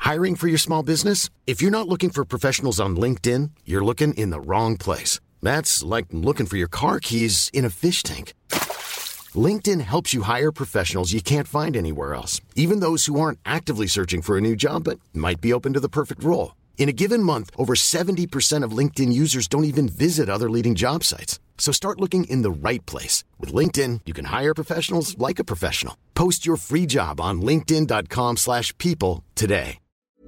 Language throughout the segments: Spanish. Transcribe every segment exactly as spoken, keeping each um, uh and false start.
Hiring for your small business? If you're not looking for professionals on LinkedIn, you're looking in the wrong place. That's like looking for your car keys in a fish tank. LinkedIn helps you hire professionals you can't find anywhere else, even those who aren't actively searching for a new job but might be open to the perfect role. In a given month, over seventy percent of LinkedIn users don't even visit other leading job sites. So start looking in the right place. With LinkedIn, you can hire professionals like a professional. Post your free job on linkedin dot com slash people today.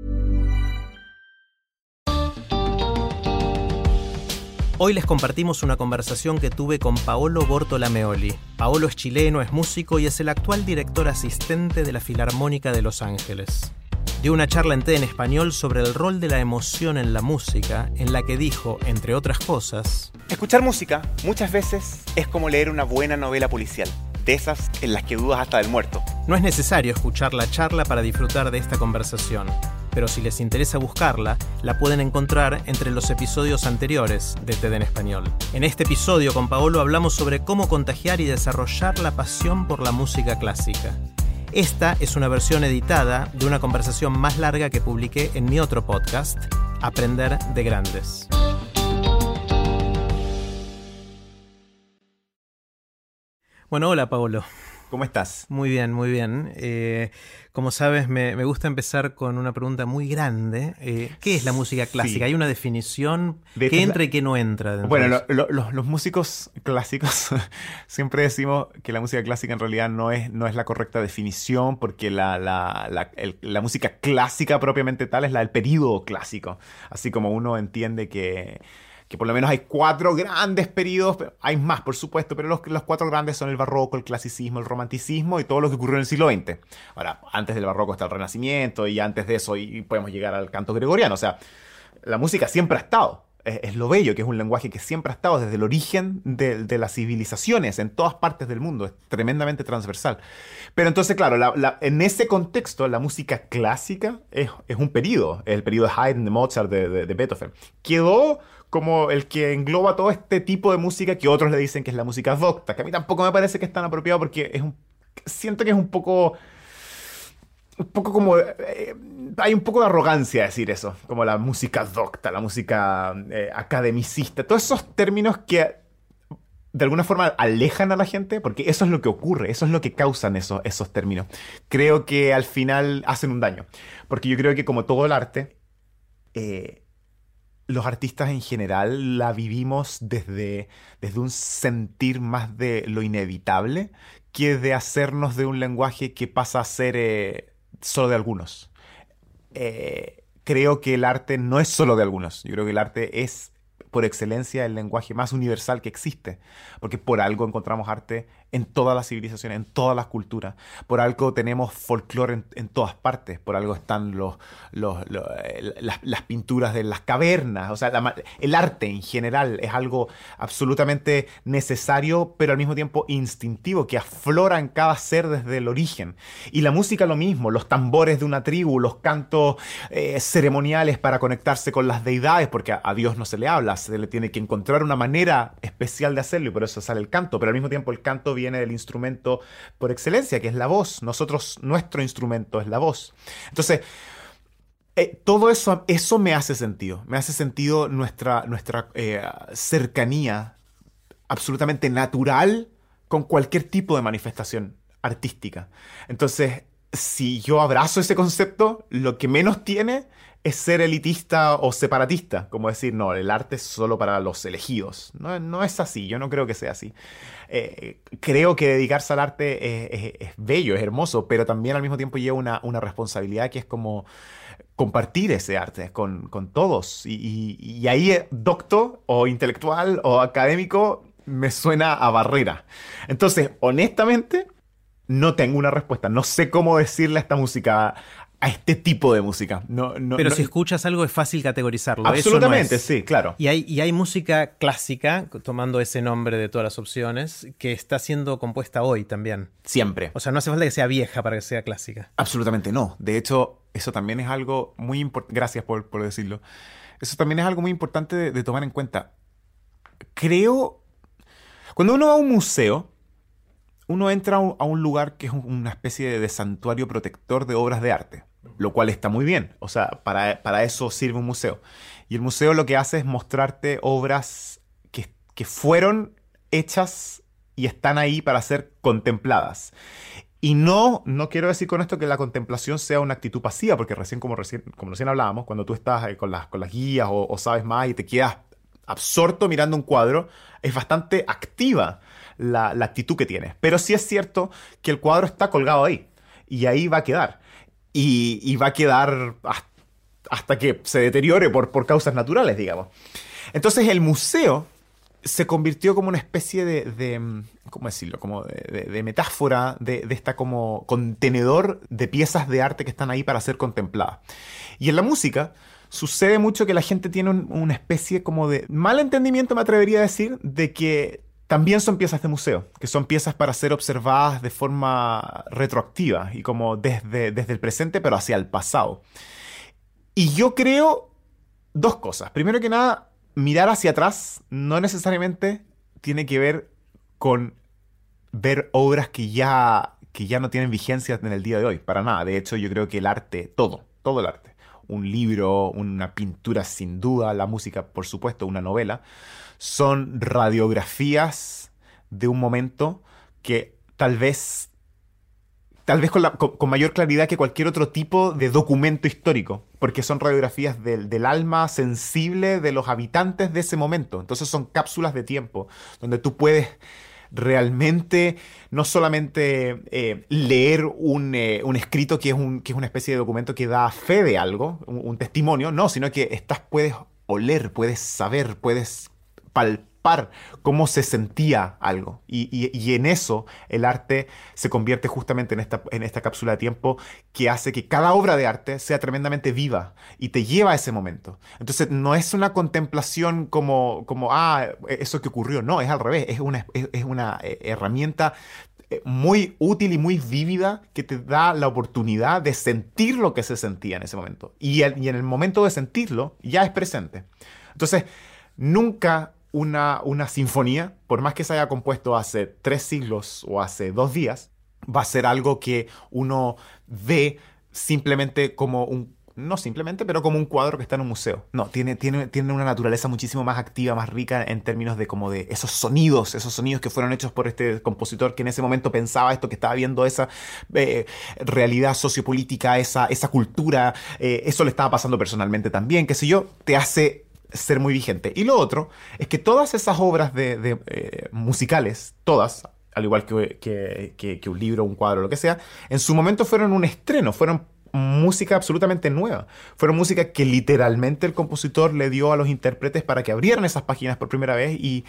Hoy les compartimos una conversación que tuve con Paolo Bortolameoli. Paolo es chileno, es músico y es el actual director asistente de la Filarmónica de Los Ángeles. Dio una charla en TED en español sobre el rol de la emoción en la música, en la que dijo, entre otras cosas: escuchar música muchas veces es como leer una buena novela policial, de esas en las que dudas hasta del muerto. No es necesario escuchar la charla para disfrutar de esta conversación, pero si les interesa buscarla, la pueden encontrar entre los episodios anteriores de TED en español. En este episodio con Paolo hablamos sobre cómo contagiar y desarrollar la pasión por la música clásica. Esta es una versión editada de una conversación más larga que publiqué en mi otro podcast, Aprender de Grandes. Bueno, hola Paolo. ¿Cómo estás? Muy bien, muy bien. Eh, como sabes, me, me gusta empezar con una pregunta muy grande. Eh, ¿Qué es la música clásica? Sí. ¿Hay una definición? De ¿Qué entra la... y qué no entra dentro? Bueno, lo, lo, lo, los músicos clásicos siempre decimos que la música clásica en realidad no es, no es la correcta definición, porque la, la, la, el, la música clásica propiamente tal es la del período clásico. Así como uno entiende que... que por lo menos hay cuatro grandes periodos, hay más por supuesto, pero los, los cuatro grandes son el barroco, el clasicismo, el romanticismo y todo lo que ocurrió en el siglo veinte. Ahora, antes del barroco está el renacimiento y antes de eso y podemos llegar al canto gregoriano. O sea, la música siempre ha estado. Es, es lo bello, que es un lenguaje que siempre ha estado desde el origen de, de las civilizaciones en todas partes del mundo. Es tremendamente transversal. Pero entonces, claro, la, la, en ese contexto, la música clásica es, es un periodo. Es el periodo de Haydn, de Mozart, de, de, de Beethoven. Quedó como el que engloba todo este tipo de música que otros le dicen que es la música docta, que a mí tampoco me parece que es tan apropiado porque es un, siento que es un poco, un poco como, eh, hay un poco de arrogancia decir eso, como la música docta, la música eh, academicista, todos esos términos que de alguna forma alejan a la gente, porque eso es lo que ocurre, eso es lo que causan esos, esos términos. Creo que al final hacen un daño, porque yo creo que como todo el arte, eh, los artistas en general la vivimos desde, desde un sentir más de lo inevitable que de hacernos de un lenguaje que pasa a ser eh, solo de algunos. Eh, creo que el arte no es solo de algunos. Yo creo que el arte es, por excelencia, el lenguaje más universal que existe. Porque por algo encontramos arte en todas las civilizaciones, en todas las culturas. Por algo tenemos folclore en, en todas partes. Por algo están los, los, los, las, las pinturas de las cavernas. O sea, la, el arte en general es algo absolutamente necesario, pero al mismo tiempo instintivo, que aflora en cada ser desde el origen. Y la música lo mismo. Los tambores de una tribu, los cantos eh, ceremoniales para conectarse con las deidades, porque a, a Dios no se le habla, se le tiene que encontrar una manera especial de hacerlo y por eso sale el canto. Pero al mismo tiempo el canto viene del instrumento por excelencia, que es la voz. Nosotros, nuestro instrumento es la voz. Entonces, eh, todo eso, eso me hace sentido. Me hace sentido nuestra, nuestra eh, cercanía absolutamente natural con cualquier tipo de manifestación artística. Entonces, si yo abrazo ese concepto, lo que menos tiene es ser elitista o separatista, como decir, no, el arte es solo para los elegidos. No, no es así, yo no creo que sea así. Eh, creo que dedicarse al arte es, es, es bello, es hermoso, pero también al mismo tiempo lleva una, una responsabilidad que es como compartir ese arte con, con todos. Y, y, y ahí docto o intelectual o académico me suena a barrera. Entonces, honestamente, no tengo una respuesta. No sé cómo decirle a esta música, a este tipo de música. No, no, Pero no, si escuchas algo es fácil categorizarlo. Absolutamente, Eso no es. Sí, claro. Y hay, y hay música clásica, tomando ese nombre de todas las opciones, que está siendo compuesta hoy también. Siempre. O sea, no hace falta que sea vieja para que sea clásica. Absolutamente no. De hecho, eso también es algo muy importante. Gracias por, por decirlo. Eso también es algo muy importante de, de tomar en cuenta. Creo... Cuando uno va a un museo, uno entra a un lugar que es una especie de santuario protector de obras de arte. lo cual está muy bien. O sea, para, para eso sirve un museo. Y el museo lo que hace es mostrarte obras que, que fueron hechas y están ahí para ser contempladas. Y no, no quiero decir con esto que la contemplación sea una actitud pasiva, porque recién, como recién, como recién hablábamos, cuando tú estás con las, con las guías o, o sabes más y te quedas absorto mirando un cuadro, es bastante activa la, la actitud que tienes. Pero sí es cierto que el cuadro está colgado ahí, y ahí va a quedar. Y, y va a quedar hasta, hasta que se deteriore por, por causas naturales, digamos. Entonces el museo se convirtió como una especie de, de ¿cómo decirlo? Como de, de, de metáfora de, de esta como contenedor de piezas de arte que están ahí para ser contempladas. Y en la música sucede mucho que la gente tiene un, una especie como de mal entendimiento, me atrevería a decir, de que también son piezas de museo, que son piezas para ser observadas de forma retroactiva y como desde, desde el presente pero hacia el pasado. Y yo creo dos cosas. Primero que nada, mirar hacia atrás no necesariamente tiene que ver con ver obras que ya, que ya no tienen vigencia en el día de hoy. Para nada. De hecho, yo creo que el arte, todo, todo el arte, un libro, una pintura sin duda, la música, por supuesto, una novela, son radiografías de un momento que tal vez, tal vez con, la, con, con mayor claridad que cualquier otro tipo de documento histórico, porque son radiografías del, del alma sensible de los habitantes de ese momento. Entonces son cápsulas de tiempo donde tú puedes realmente no solamente eh, leer un, eh, un escrito que es, un, que es una especie de documento que da fe de algo, un, un testimonio, no, sino que estás, puedes oler, puedes saber, puedes palpar cómo se sentía algo. Y, y, y en eso el arte se convierte justamente en esta, en esta cápsula de tiempo que hace que cada obra de arte sea tremendamente viva y te lleva a ese momento. Entonces no es una contemplación como, como ah, eso que ocurrió. No, es al revés. Es una, es, es una herramienta muy útil y muy vívida que te da la oportunidad de sentir lo que se sentía en ese momento. Y, el, y en el momento de sentirlo ya es presente. Entonces, nunca Una, una sinfonía, por más que se haya compuesto hace tres siglos o hace dos días, va a ser algo que uno ve simplemente como un, no simplemente, pero como un cuadro que está en un museo. No, tiene, tiene, tiene una naturaleza muchísimo más activa, más rica en términos de como de esos sonidos, esos sonidos que fueron hechos por este compositor que en ese momento pensaba esto, que estaba viendo esa eh, realidad sociopolítica, esa, esa cultura, eh, eso le estaba pasando personalmente también, qué sé yo, te hace ser muy vigente. Y lo otro es que todas esas obras de, de, eh, musicales, todas, al igual que, que, que, que un libro, un cuadro, lo que sea, en su momento fueron un estreno, fueron música absolutamente nueva. Fueron música que literalmente el compositor le dio a los intérpretes para que abrieran esas páginas por primera vez y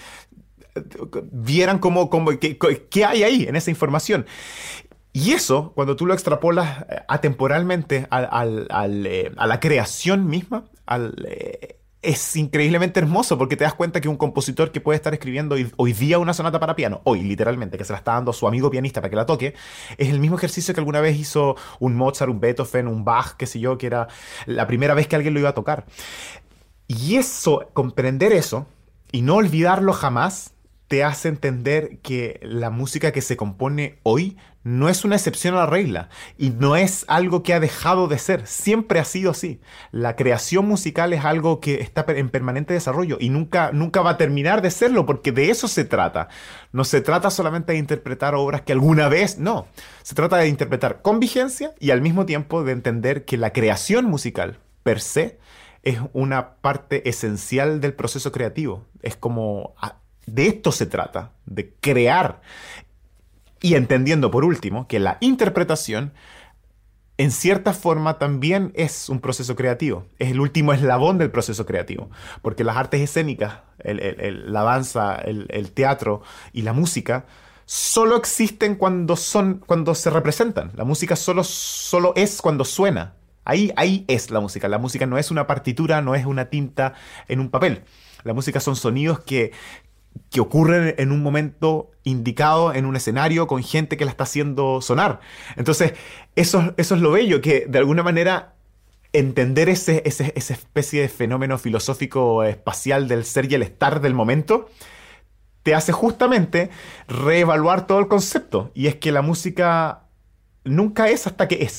vieran cómo, cómo, qué, qué hay ahí en esa información. Y eso, cuando tú lo extrapolas atemporalmente al, al, al, eh, a la creación misma, al... Eh, es increíblemente hermoso porque te das cuenta que un compositor que puede estar escribiendo hoy, hoy día una sonata para piano, hoy literalmente, que se la está dando a su amigo pianista para que la toque, es el mismo ejercicio que alguna vez hizo un Mozart, un Beethoven, un Bach, qué sé yo, que era la primera vez que alguien lo iba a tocar. Y eso, comprender eso y no olvidarlo jamás, te hace entender que la música que se compone hoy no es una excepción a la regla y no es algo que ha dejado de ser, siempre ha sido así. La creación musical es algo que está en permanente desarrollo y nunca, nunca va a terminar de serlo porque de eso se trata. No se trata solamente de interpretar obras que alguna vez, no. Se trata de interpretar con vigencia y al mismo tiempo de entender que la creación musical per se es una parte esencial del proceso creativo. Es como... De esto se trata, de crear. Y entendiendo, por último, que la interpretación, en cierta forma, también es un proceso creativo. Es el último eslabón del proceso creativo. Porque las artes escénicas, el, el, el, la danza, el, el teatro y la música, solo existen cuando, son, cuando se representan. La música solo, solo es cuando suena. Ahí, ahí es la música. La música no es una partitura, no es una tinta en un papel. La música son sonidos que... que ocurren en un momento indicado, en un escenario, con gente que la está haciendo sonar. Entonces, eso, eso es lo bello, que de alguna manera entender ese, ese, esa especie de fenómeno filosófico espacial del ser y el estar del momento, te hace justamente reevaluar todo el concepto. Y es que la música nunca es hasta que es.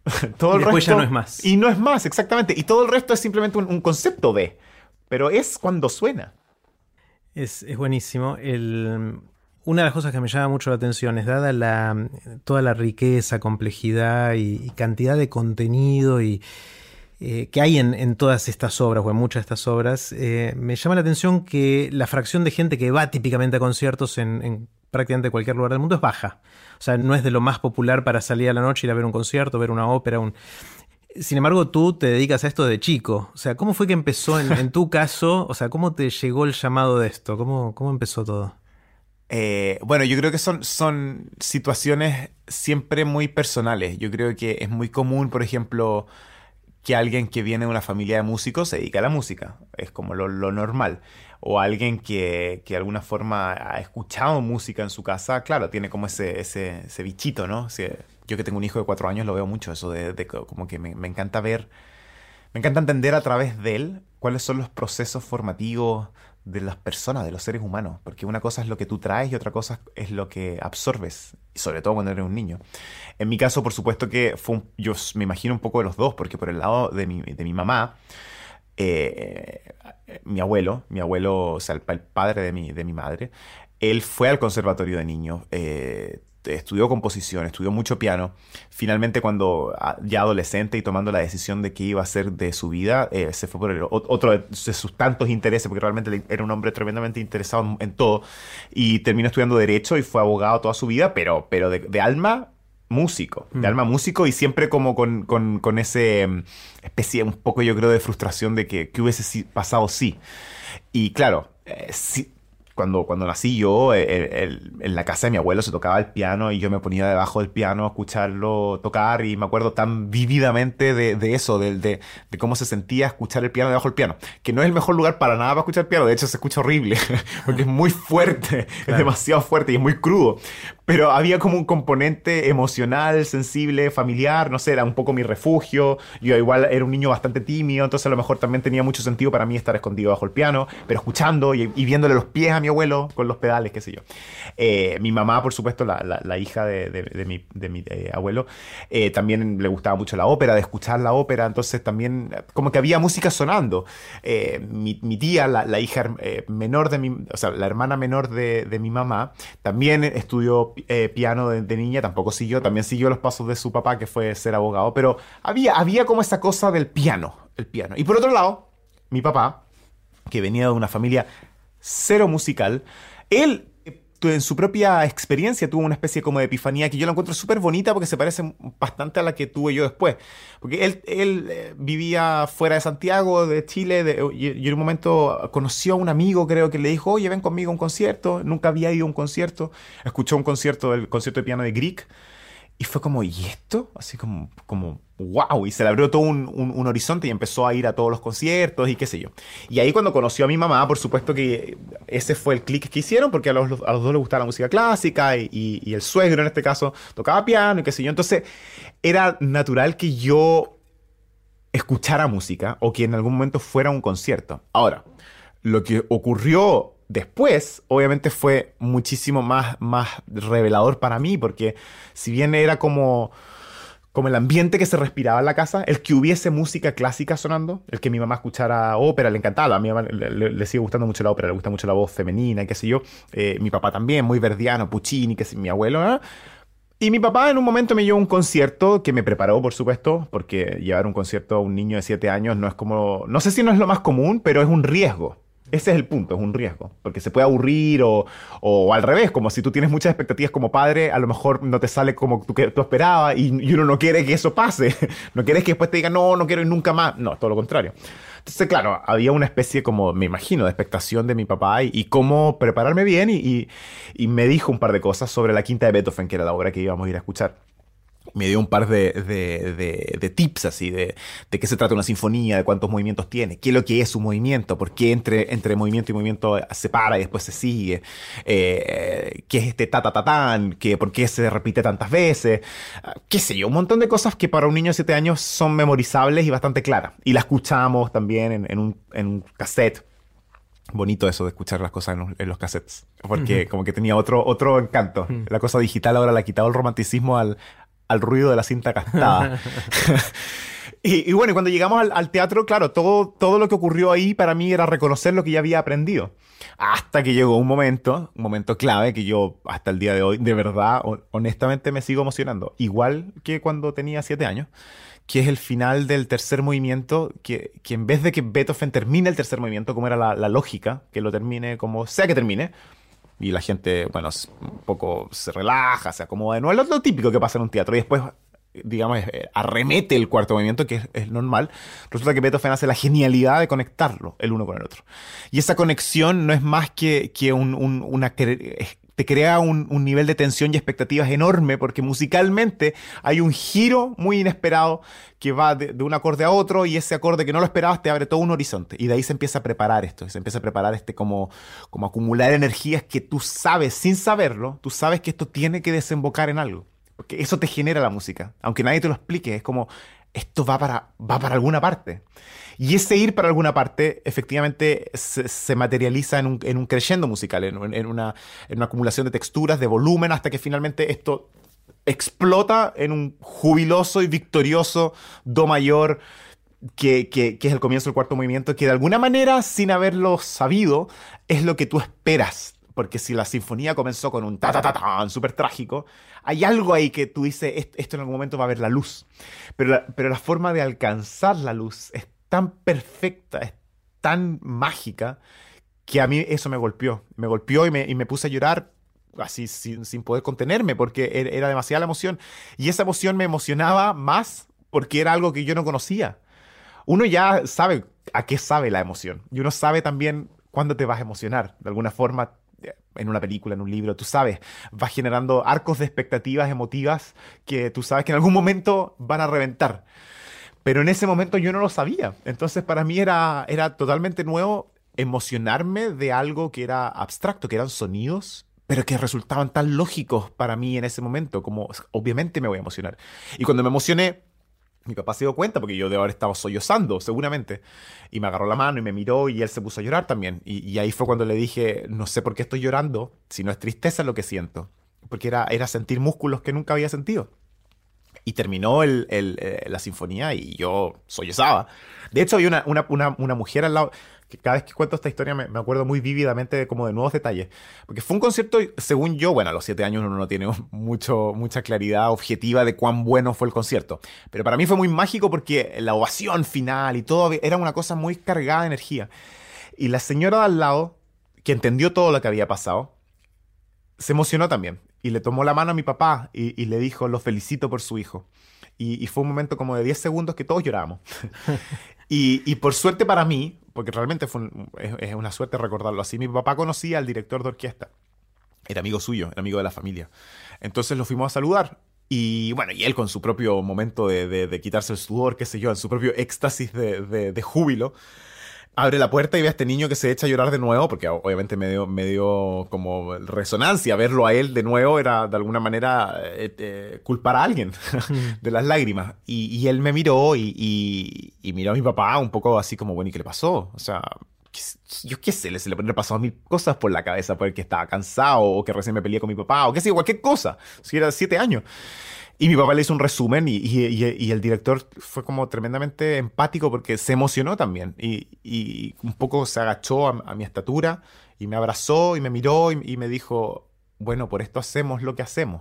Todo y el después resto, ya no es más. Y no es más, exactamente. Y todo el resto es simplemente un, un concepto de. Pero es cuando suena. Es, es buenísimo. El, una de las cosas que me llama mucho la atención es, dada la, toda la riqueza, complejidad y, y cantidad de contenido y, eh, que hay en, en todas estas obras, o en muchas de estas obras, eh, me llama la atención que la fracción de gente que va típicamente a conciertos en, en prácticamente cualquier lugar del mundo es baja. O sea, no es de lo más popular para salir a la noche, ir a ver un concierto, ver una ópera, un... Sin embargo, tú te dedicas a esto de chico. O sea, ¿cómo fue que empezó en, en tu caso? O sea, ¿cómo te llegó el llamado de esto? ¿Cómo, cómo empezó todo? Eh, bueno, yo creo que son, son situaciones siempre muy personales. Yo creo que es muy común, por ejemplo, que alguien que viene de una familia de músicos se dedica a la música. Es como lo, lo normal. O alguien que, que de alguna forma ha escuchado música en su casa, claro, tiene como ese, ese, ese bichito, ¿no? O sea, yo que tengo un hijo de cuatro años lo veo mucho, eso de, de como que me, me encanta ver, me encanta entender a través de él cuáles son los procesos formativos de las personas, de los seres humanos, porque una cosa es lo que tú traes y otra cosa es lo que absorbes, y sobre todo cuando eres un niño. En mi caso, por supuesto que fue un, yo me imagino un poco de los dos, porque por el lado de mi, de mi mamá, eh, mi abuelo, mi abuelo, o sea, el, el padre de mi, de mi madre, él fue al conservatorio de niños, eh, estudió composición, estudió mucho piano. Finalmente, cuando ya adolescente y tomando la decisión de qué iba a hacer de su vida, eh, se fue por el, otro de sus tantos intereses, porque realmente era un hombre tremendamente interesado en, en todo, y terminó estudiando Derecho y fue abogado toda su vida, pero, pero de, de alma músico, de mm. alma músico, y siempre como con, con, con ese especie, un poco yo creo, de frustración de que, que hubiese pasado sí. Y claro, eh, sí. Cuando, cuando nací yo, el, el, en la casa de mi abuelo se tocaba el piano y yo me ponía debajo del piano a escucharlo tocar, y me acuerdo tan vívidamente de, de eso, de, de, de cómo se sentía escuchar el piano debajo del piano, que no es el mejor lugar para nada para escuchar el piano, de hecho se escucha horrible, porque es muy fuerte, claro. Es demasiado fuerte y es muy crudo, pero había como un componente emocional, sensible, familiar, no sé, era un poco mi refugio. Yo igual era un niño bastante tímido, entonces a lo mejor también tenía mucho sentido para mí estar escondido bajo el piano, pero escuchando y, y viéndole los pies a mi abuelo con los pedales, qué sé yo. Eh, mi mamá, por supuesto, la, la, la hija de, de, de mi, de mi eh, abuelo, eh, también le gustaba mucho la ópera, de escuchar la ópera, entonces también como que había música sonando. Eh, mi, mi tía, la, la hija eh, menor de mi, o sea, la hermana menor de, de mi mamá, también estudió eh, piano de, de niña, tampoco siguió, también siguió los pasos de su papá, que fue ser abogado, pero había, había como esa cosa del piano, el piano. Y por otro lado, mi papá, que venía de una familia cero musical, él en su propia experiencia tuvo una especie como de epifanía que yo la encuentro súper bonita, porque se parece bastante a la que tuve yo después, porque él, él eh, vivía fuera de Santiago, de Chile, de, y, y en un momento conoció a un amigo, creo, que le dijo, oye, ven conmigo a un concierto. Nunca había ido a un concierto, escuchó un concierto, el concierto de piano de Grieg, y fue como, ¿y esto? Así como, como wow, y se le abrió todo un, un, un horizonte y empezó a ir a todos los conciertos y qué sé yo. Y ahí cuando conoció a mi mamá, por supuesto que ese fue el clic que hicieron, porque a los, a los dos les gustaba la música clásica y, y, y el suegro en este caso tocaba piano y qué sé yo. Entonces era natural que yo escuchara música o que en algún momento fuera a un concierto. Ahora, lo que ocurrió después, obviamente, fue muchísimo más, más revelador para mí, porque si bien era como, como el ambiente que se respiraba en la casa, el que hubiese música clásica sonando, el que mi mamá escuchara ópera, le encantaba, a mi mamá le, le, le sigue gustando mucho la ópera, le gusta mucho la voz femenina y qué sé yo, eh, mi papá también, muy verdiano, Puccini, que es mi abuelo, ¿eh? Y mi papá en un momento me llevó a un concierto que me preparó, por supuesto, porque llevar un concierto a un niño de siete años no es como, no sé si no es lo más común, pero es un riesgo. Ese es el punto, es un riesgo, porque se puede aburrir o, o al revés, como si tú tienes muchas expectativas como padre, a lo mejor no te sale como tú, tú esperabas y, y uno no quiere que eso pase, no quieres que después te digan, no, no quiero ir nunca más, no, todo lo contrario. Entonces, claro, había una especie como, me imagino, de expectación de mi papá y, y cómo prepararme bien y, y, y me dijo un par de cosas sobre la Quinta de Beethoven, que era la obra que íbamos a ir a escuchar. Me dio un par de, de, de, de tips así, de, de qué se trata una sinfonía, de cuántos movimientos tiene, qué es lo que es un movimiento, por qué entre, entre movimiento y movimiento se para y después se sigue, eh, qué es este ta ta ta tan, que, por qué se repite tantas veces, qué sé yo, un montón de cosas que para un niño de siete años son memorizables y bastante claras. Y la escuchamos también en, en, un, en un cassette. Bonito eso de escuchar las cosas en los, en los cassettes, porque uh-huh. como que tenía otro, otro encanto. Uh-huh. La cosa digital ahora le ha quitado el romanticismo al... al ruido de la cinta gastada. y, y bueno, cuando llegamos al, al teatro, claro, todo, todo lo que ocurrió ahí para mí era reconocer lo que ya había aprendido. Hasta que llegó un momento, un momento clave que yo hasta el día de hoy, de verdad, honestamente me sigo emocionando. Igual que cuando tenía siete años, que es el final del tercer movimiento, que, que en vez de que Beethoven termine el tercer movimiento, como era la, la lógica, que lo termine como sea que termine, y la gente, bueno, un poco se relaja, se acomoda de nuevo, lo, lo típico que pasa en un teatro, y después, digamos, arremete el cuarto movimiento, que es, es normal. Resulta que Beethoven hace la genialidad de conectarlo el uno con el otro. Y esa conexión no es más que, que un, un, una... te crea un, un nivel de tensión y expectativas enorme, porque musicalmente hay un giro muy inesperado que va de, de un acorde a otro, y ese acorde que no lo esperabas te abre todo un horizonte, y de ahí se empieza a preparar esto, se empieza a preparar este como, como acumular energías que tú sabes, sin saberlo, tú sabes que esto tiene que desembocar en algo, porque eso te genera la música, aunque nadie te lo explique, es como, esto va para, va para alguna parte. Y ese ir para alguna parte efectivamente se, se materializa en un, en un crescendo musical, en, en, una, en una acumulación de texturas, de volumen, hasta que finalmente esto explota en un jubiloso y victorioso do mayor, que, que, que es el comienzo del cuarto movimiento, que de alguna manera, sin haberlo sabido, es lo que tú esperas. Porque si la sinfonía comenzó con un ta ta ta ta súper trágico, hay algo ahí que tú dices, esto en algún momento va a ver la luz. Pero la, pero la forma de alcanzar la luz es tan perfecta, es tan mágica, que a mí eso me golpeó. Me golpeó y me, y me puse a llorar así sin, sin poder contenerme, porque era, era demasiada la emoción. Y esa emoción me emocionaba más porque era algo que yo no conocía. Uno ya sabe a qué sabe la emoción. Y uno sabe también cuándo te vas a emocionar. De alguna forma, en una película, en un libro, tú sabes, vas generando arcos de expectativas emotivas que tú sabes que en algún momento van a reventar. Pero en ese momento yo no lo sabía. Entonces para mí era, era totalmente nuevo emocionarme de algo que era abstracto, que eran sonidos, pero que resultaban tan lógicos para mí en ese momento, como obviamente me voy a emocionar. Y cuando me emocioné, mi papá se dio cuenta, porque yo de haber estado sollozando, seguramente. Y me agarró la mano y me miró, y él se puso a llorar también. Y, y ahí fue cuando le dije, no sé por qué estoy llorando, si no es tristeza lo que siento. Porque era, era sentir músculos que nunca había sentido. Y terminó el, el, eh, la sinfonía y yo sollozaba. De hecho, había una, una, una, una mujer al lado, que cada vez que cuento esta historia me, me acuerdo muy vívidamente de, como de nuevos detalles. Porque fue un concierto, según yo, bueno, a los siete años uno no tiene mucho, mucha claridad objetiva de cuán bueno fue el concierto. Pero para mí fue muy mágico porque la ovación final y todo era una cosa muy cargada de energía. Y la señora de al lado, que entendió todo lo que había pasado, se emocionó también. Y le tomó la mano a mi papá y, y le dijo, lo felicito por su hijo. Y, y fue un momento como de diez segundos que todos llorábamos. y, y por suerte para mí, porque realmente fue un, es, es una suerte recordarlo así, mi papá conocía al director de orquesta. Era amigo suyo, era amigo de la familia. Entonces lo fuimos a saludar. Y bueno, y él con su propio momento de, de, de quitarse el sudor, qué sé yo, en su propio éxtasis de, de, de júbilo, abre la puerta y ve a este niño que se echa a llorar de nuevo, porque obviamente me dio, me dio como resonancia verlo a él de nuevo, era de alguna manera eh, eh, culpar a alguien de las lágrimas. Y, y él me miró y, y, y miró a mi papá un poco así como, bueno, ¿y qué le pasó? O sea, ¿qué, yo qué sé, se le podrían pasar mil cosas por la cabeza, porque estaba cansado o que recién me peleé con mi papá o qué sé, cualquier cosa, si era siete años. Y mi papá le hizo un resumen y, y, y, y el director fue como tremendamente empático porque se emocionó también. Y, y un poco se agachó a, a mi estatura y me abrazó y me miró y, y me dijo, bueno, por esto hacemos lo que hacemos.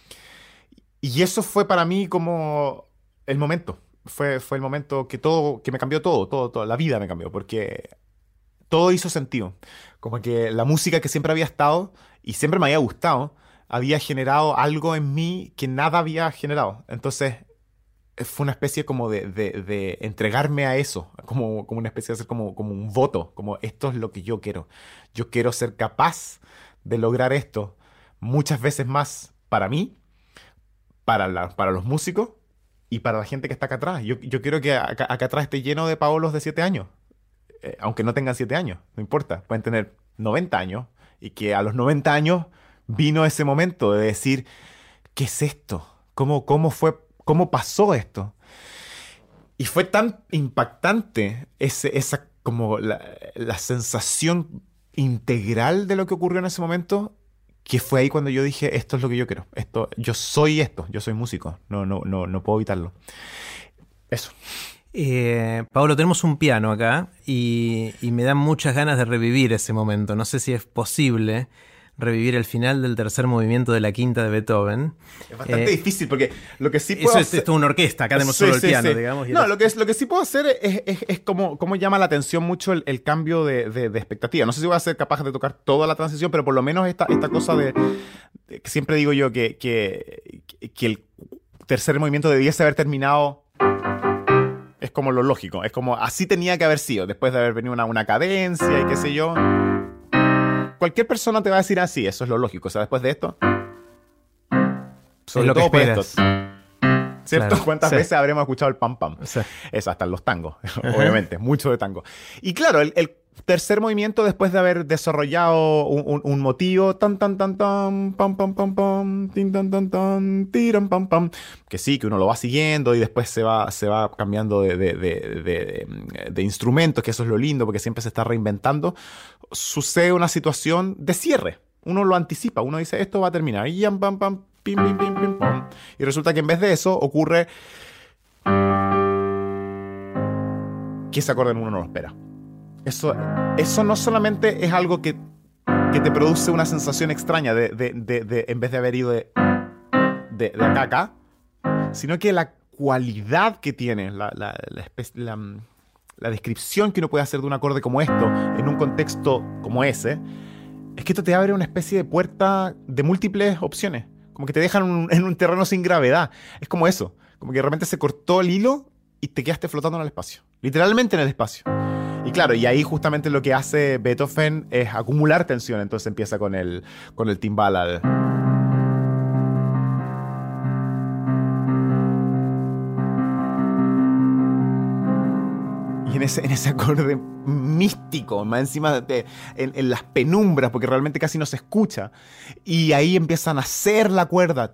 Y eso fue para mí como el momento. Fue, fue el momento que todo, que me cambió todo, todo, todo. La vida me cambió porque todo hizo sentido. Como que la música que siempre había estado y siempre me había gustado, había generado algo en mí que nada había generado. Entonces, fue una especie como de, de, de entregarme a eso, como, como una especie de hacer como, como un voto, como esto es lo que yo quiero. Yo quiero ser capaz de lograr esto muchas veces más para mí, para, la, para los músicos y para la gente que está acá atrás. Yo, yo quiero que acá, acá atrás esté lleno de Paolos de siete años, eh, aunque no tengan siete años, no importa, pueden tener noventa años y que a los noventa años vino ese momento de decir, ¿qué es esto? ¿Cómo, cómo fue, cómo pasó esto? Y fue tan impactante ese, esa como la, la sensación integral de lo que ocurrió en ese momento que fue ahí cuando yo dije, esto es lo que yo quiero. Esto, yo soy esto, yo soy músico. No, no, no, no puedo evitarlo. Eso. Eh, Paolo, tenemos un piano acá y, y me dan muchas ganas de revivir ese momento. No sé si es posible revivir el final del tercer movimiento de la quinta de Beethoven. Es bastante eh, difícil porque lo que sí puedo eso hacer... es, es toda una orquesta, acá tenemos sí, solo sí, el piano, sí. digamos. No, lo que, es, lo que sí puedo hacer es, es, es como, como llama la atención mucho el, el cambio de, de, de expectativa. No sé si voy a ser capaz de tocar toda la transición, pero por lo menos esta, esta cosa de, de... que siempre digo yo que, que, que el tercer movimiento debiese haber terminado... Es como lo lógico, es como así tenía que haber sido, después de haber venido una, una cadencia y qué sé yo. Cualquier persona te va a decir así, eso es lo lógico. O sea, después de esto, sobre es lo todo que por estos, ¿cierto? Claro, ¿Cuántas sí. veces habremos escuchado el pam pam? Sí. Eso, hasta en los tangos, obviamente, mucho de tango. Y claro, el, el tercer movimiento, después de haber desarrollado un, un, un motivo, tan, tan, tan, tan, pam, pam, pam, pam, tin, tan, tan, tan, tiran, pam, pam, que sí, que uno lo va siguiendo y después se va, se va cambiando de, de, de, de, de instrumentos, que eso es lo lindo, porque siempre se está reinventando. Sucede una situación de cierre. Uno lo anticipa, uno dice, esto va a terminar, y pam, pam, pam, pim, pim, pim, pim, pam. Y resulta que en vez de eso ocurre que ese acorde uno no lo espera. Eso, eso no solamente es algo que, que te produce una sensación extraña de, de, de, de, en vez de haber ido de, de, de acá a acá, sino que la cualidad que tiene, la, la, la, especie, la, la descripción que uno puede hacer de un acorde como esto, en un contexto como ese, es que esto te abre una especie de puerta de múltiples opciones. Como que te dejan un, en un terreno sin gravedad. Es como eso. Como que de repente se cortó el hilo y te quedaste flotando en el espacio. Literalmente en el espacio. Y claro, y ahí justamente lo que hace Beethoven es acumular tensión. Entonces empieza con el, con el timbal al... Y en ese, en ese acorde místico, más encima de, en, en las penumbras, porque realmente casi no se escucha. Y ahí empieza a nacer la cuerda.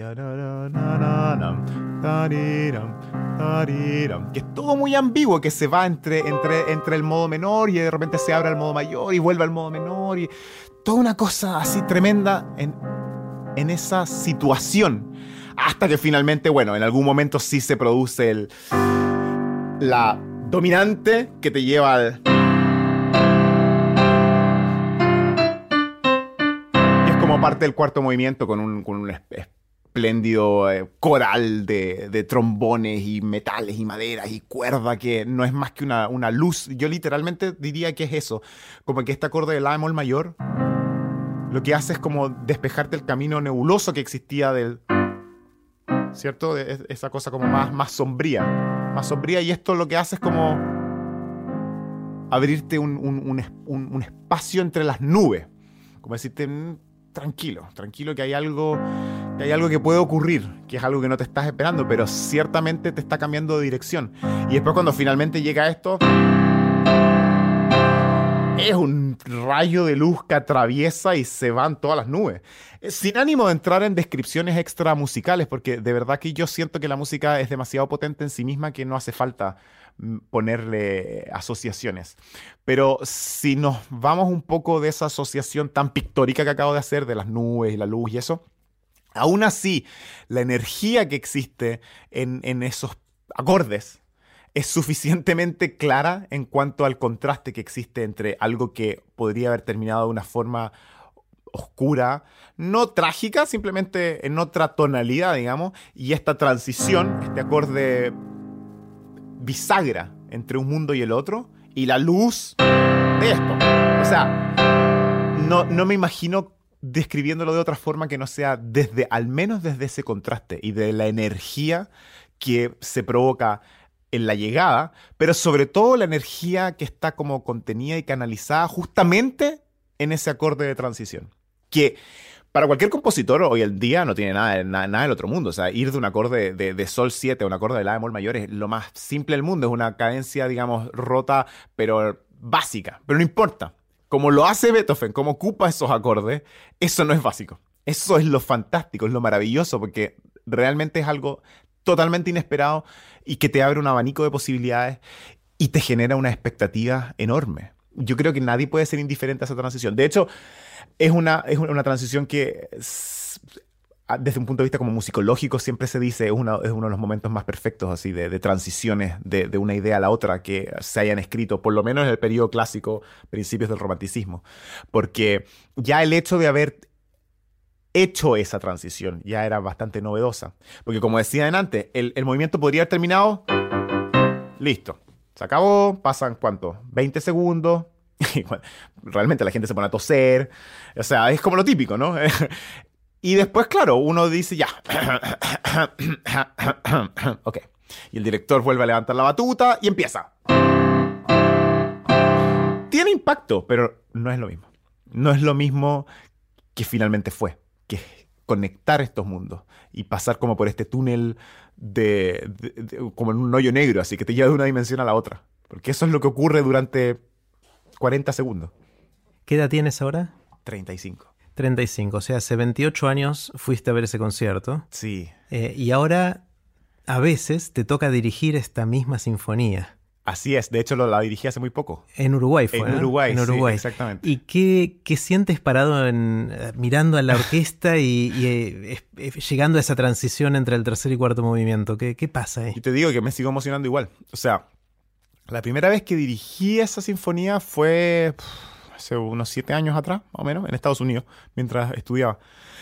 Que es todo muy ambiguo, que se va entre, entre, entre el modo menor y de repente se abre al modo mayor y vuelve al modo menor. Y toda una cosa así tremenda en, en esa situación. Hasta que finalmente, bueno, en algún momento sí se produce el, la dominante que te lleva al... Y es como parte del cuarto movimiento con un, con un espléndido eh, coral de, de trombones y metales y maderas y cuerda que no es más que una, una luz. Yo literalmente diría que es eso. Como que este acorde de la bemol mayor lo que hace es como despejarte el camino nebuloso que existía del... ¿Cierto? De esa cosa como más, más sombría. Más sombría, y esto lo que hace es como abrirte un, un, un, un, un espacio entre las nubes. Como decirte, mmm, tranquilo, tranquilo que hay algo, que hay algo que puede ocurrir, que es algo que no te estás esperando, pero ciertamente te está cambiando de dirección. Y después cuando finalmente llega esto, es un rayo de luz que atraviesa y se van todas las nubes. Sin ánimo de entrar en descripciones extra musicales, porque de verdad que yo siento que la música es demasiado potente en sí misma que no hace falta ponerle asociaciones. Pero si nos vamos un poco de esa asociación tan pictórica que acabo de hacer, de las nubes y la luz y eso, aún así, la energía que existe en, en esos acordes es suficientemente clara en cuanto al contraste que existe entre algo que podría haber terminado de una forma oscura, no trágica, simplemente en otra tonalidad, digamos, y esta transición, este acorde bisagra entre un mundo y el otro, y la luz de esto. O sea, no, no me imagino describiéndolo de otra forma que no sea desde, al menos desde ese contraste y de la energía que se provoca en la llegada, pero sobre todo la energía que está como contenida y canalizada justamente en ese acorde de transición. Que para cualquier compositor hoy en día no tiene nada, nada, nada del otro mundo. O sea, ir de un acorde de, de sol siete a un acorde de la bemol mayor es lo más simple del mundo. Es una cadencia, digamos, rota, pero básica. Pero no importa. Como lo hace Beethoven, como ocupa esos acordes, eso no es básico. Eso es lo fantástico, es lo maravilloso, porque realmente es algo totalmente inesperado y que te abre un abanico de posibilidades y te genera una expectativa enorme. yo creo que nadie puede ser indiferente a esa transición. De hecho, es una, es una transición que, desde un punto de vista como musicológico, siempre se dice es, una, es uno de los momentos más perfectos así de, de transiciones de, de una idea a la otra que se hayan escrito, por lo menos en el periodo clásico, principios del romanticismo. Porque ya el hecho de haber hecho esa transición ya era bastante novedosa. Porque como decía antes, el, el movimiento podría haber terminado, listo, se acabó, pasan ¿cuánto? veinte segundos, y bueno, realmente la gente se pone a toser, o sea, es como lo típico, ¿no? Y después, claro, uno dice ya, ok, y el director vuelve a levantar la batuta y empieza. Tiene impacto, pero no es lo mismo. No es lo mismo que finalmente fue. Que es conectar estos mundos y pasar como por este túnel de, de, de, como en un hoyo negro, así que te lleva de una dimensión a la otra. Porque eso es lo que ocurre durante cuarenta segundos. ¿Qué edad tienes ahora? treinta y cinco. treinta y cinco, o sea, hace veintiocho años fuiste a ver ese concierto. Sí. Eh, y ahora, a veces, te toca dirigir esta misma sinfonía. Así es, de hecho lo, la dirigí hace muy poco. En Uruguay fue, En ¿no? Uruguay, en Uruguay, sí, exactamente. ¿Y qué, qué sientes parado en, mirando a la orquesta y, y eh, eh, llegando a esa transición entre el tercer y cuarto movimiento? ¿Qué, qué pasa ahí? Y te digo que me sigo emocionando igual. O sea, la primera vez que dirigí esa sinfonía fue pff, hace unos siete años atrás, más o menos, en Estados Unidos, mientras estudiaba.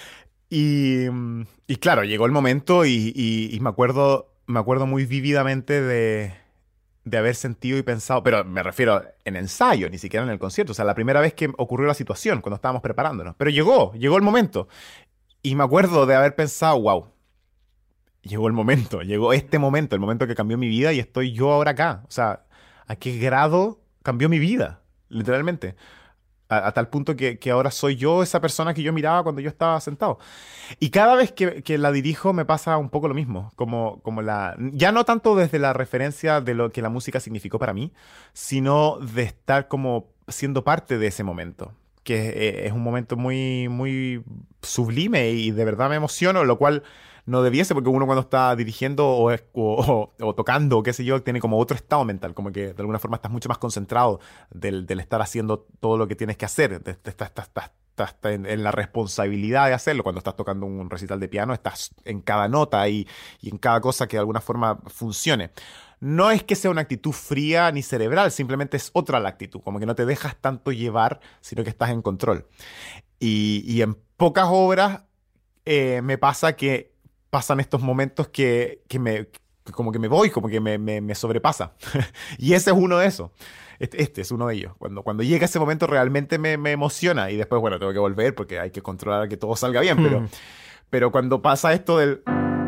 Y, y claro, llegó el momento y, y, y me acuerdo, me acuerdo muy vívidamente de... de haber sentido y pensado, pero me refiero en ensayo, ni siquiera en el concierto, o sea, la primera vez que ocurrió la situación, cuando estábamos preparándonos, pero llegó, llegó el momento, y me acuerdo de haber pensado, wow, llegó el momento, llegó este momento, el momento que cambió mi vida y estoy yo ahora acá, o sea, ¿a qué grado cambió mi vida? Literalmente. A, a tal punto que, que ahora soy yo esa persona que yo miraba cuando yo estaba sentado. Y cada vez que, que la dirijo me pasa un poco lo mismo, como, como la, ya no tanto desde la referencia de lo que la música significó para mí, sino de estar como siendo parte de ese momento, que es, es un momento muy, muy sublime y de verdad me emociono, lo cual no debiese, porque uno cuando está dirigiendo o, o, o, o tocando o qué sé yo, tiene como otro estado mental, como que de alguna forma estás mucho más concentrado del, del estar haciendo todo lo que tienes que hacer, de, de, de, estás, estás, estás en, en la responsabilidad de hacerlo. Cuando estás tocando un recital de piano, estás en cada nota y, y en cada cosa que de alguna forma funcione. No es que sea una actitud fría ni cerebral, simplemente es otra la actitud, como que no te dejas tanto llevar, sino que estás en control. Y, y en pocas obras eh, me pasa que pasan estos momentos que, que me, que como que me voy, como que me, me, me sobrepasa. Y ese es uno de esos. Este, este es uno de ellos. Cuando, cuando llega ese momento realmente me, me emociona y después, bueno, tengo que volver porque hay que controlar que todo salga bien, pero, mm. pero cuando pasa esto del...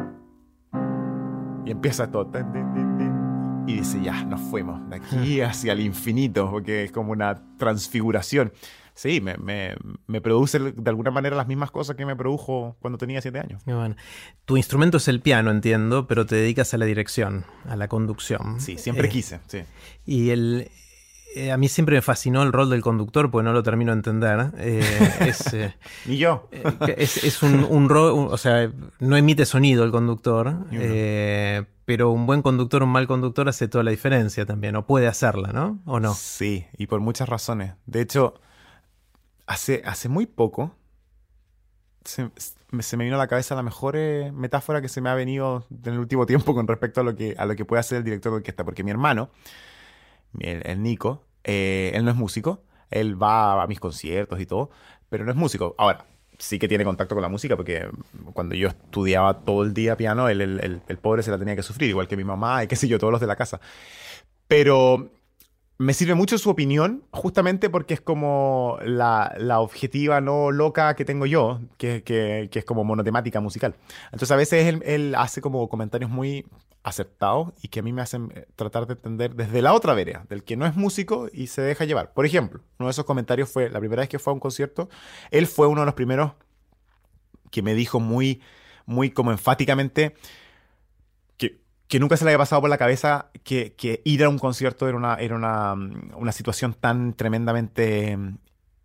Y empieza esto... Y dice, ya, nos fuimos de aquí hacia el infinito, porque es como una transfiguración. Sí, me, me, me produce de alguna manera las mismas cosas que me produjo cuando tenía siete años. Bueno, tu instrumento es el piano, entiendo, pero te dedicas a la dirección, a la conducción. Sí, siempre eh, quise, sí. Y el... Eh, a mí siempre me fascinó el rol del conductor, porque no lo termino de entender. Eh, es, eh, Ni yo. Eh, es, es un, un rol, un, o sea, no emite sonido el conductor, eh, pero un buen conductor, un mal conductor hace toda la diferencia también, o puede hacerla, ¿no? ¿O no? Sí, y por muchas razones. De hecho, hace, hace muy poco se, se me vino a la cabeza la mejor eh, metáfora que se me ha venido en el último tiempo con respecto a lo que, a lo que puede hacer el director de orquesta, porque mi hermano... El, el Nico, eh, él no es músico, él va a mis conciertos y todo, pero no es músico. Ahora, sí que tiene contacto con la música, porque cuando yo estudiaba todo el día piano, él, el, el, el pobre se la tenía que sufrir, igual que mi mamá y qué sé yo, todos los de la casa. Pero me sirve mucho su opinión, justamente porque es como la, la objetiva no loca que tengo yo, que, que, que es como monotemática musical. Entonces a veces él, él hace como comentarios muy acertados y que a mí me hacen tratar de entender desde la otra vereda, del que no es músico y se deja llevar. Por ejemplo, uno de esos comentarios fue, la primera vez que fue a un concierto, él fue uno de los primeros que me dijo muy, muy como enfáticamente que, que nunca se le había pasado por la cabeza que, que ir a un concierto era una, era una, una situación tan tremendamente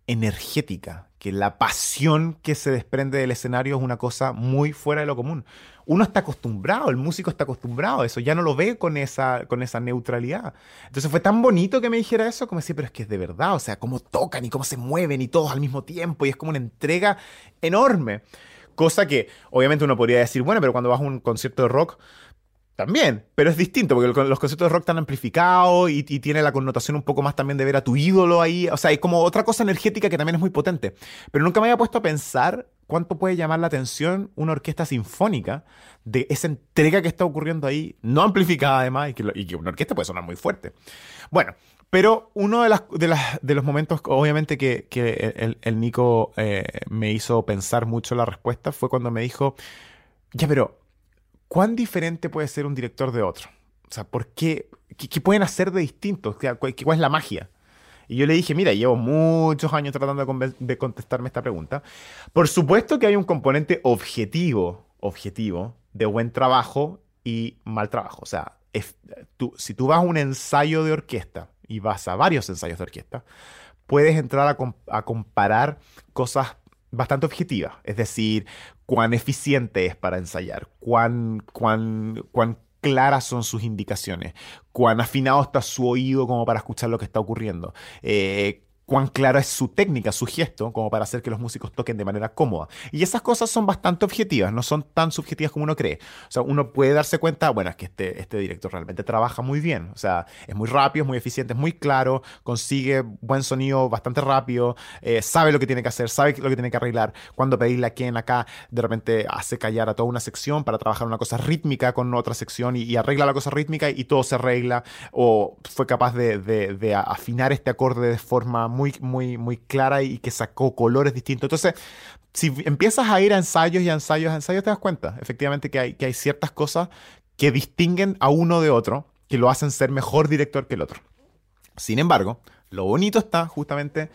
energética, que la pasión que se desprende del escenario es una cosa muy fuera de lo común. Uno está acostumbrado, el músico está acostumbrado a eso, ya no lo ve con esa, con esa neutralidad. Entonces fue tan bonito que me dijera eso, como decía, pero es que es de verdad, o sea, cómo tocan y cómo se mueven y todos al mismo tiempo, y es como una entrega enorme. Cosa que obviamente uno podría decir, bueno, pero cuando vas a un concierto de rock, también, pero es distinto, porque los conciertos de rock están amplificados y, y tiene la connotación un poco más también de ver a tu ídolo ahí. O sea, hay como otra cosa energética que también es muy potente. Pero nunca me había puesto a pensar cuánto puede llamar la atención una orquesta sinfónica de esa entrega que está ocurriendo ahí, no amplificada además, y que, lo- y que una orquesta puede sonar muy fuerte. Bueno, pero uno de, las, de, las- de los momentos, obviamente, que, que el, el Nico eh, me hizo pensar mucho la respuesta fue cuando me dijo, ya, pero ¿cuán diferente puede ser un director de otro? O sea, ¿por qué? ¿Qué, qué pueden hacer de distinto? O sea, ¿cuál, cuál es la magia? Y yo le dije, mira, llevo muchos años tratando de, conven- de contestarme esta pregunta. Por supuesto que hay un componente objetivo, objetivo, de buen trabajo y mal trabajo. O sea, es- tú- si tú vas a un ensayo de orquesta y vas a varios ensayos de orquesta, puedes entrar a, com- a comparar cosas bastante objetivas. Es decir, cuán eficiente es para ensayar, cuán, cuán, cuán claras son sus indicaciones, cuán afinado está su oído como para escuchar lo que está ocurriendo, eh, cuán clara es su técnica, su gesto, como para hacer que los músicos toquen de manera cómoda. Y esas cosas son bastante objetivas, no son tan subjetivas como uno cree. O sea, uno puede darse cuenta, bueno, es que este, este director realmente trabaja muy bien. O sea, es muy rápido, es muy eficiente, es muy claro, consigue buen sonido bastante rápido, eh, sabe lo que tiene que hacer, sabe lo que tiene que arreglar. Cuando pedirle a quien acá, de repente hace callar a toda una sección para trabajar una cosa rítmica con otra sección y, y arregla la cosa rítmica y todo se arregla. O fue capaz de, de- de afinar este acorde de forma muy, muy, muy clara y que sacó colores distintos. Entonces, si empiezas a ir a ensayos y a ensayos, a ensayos, te das cuenta, efectivamente, que hay, que hay ciertas cosas que distinguen a uno de otro, que lo hacen ser mejor director que el otro. Sin embargo, lo bonito está justamente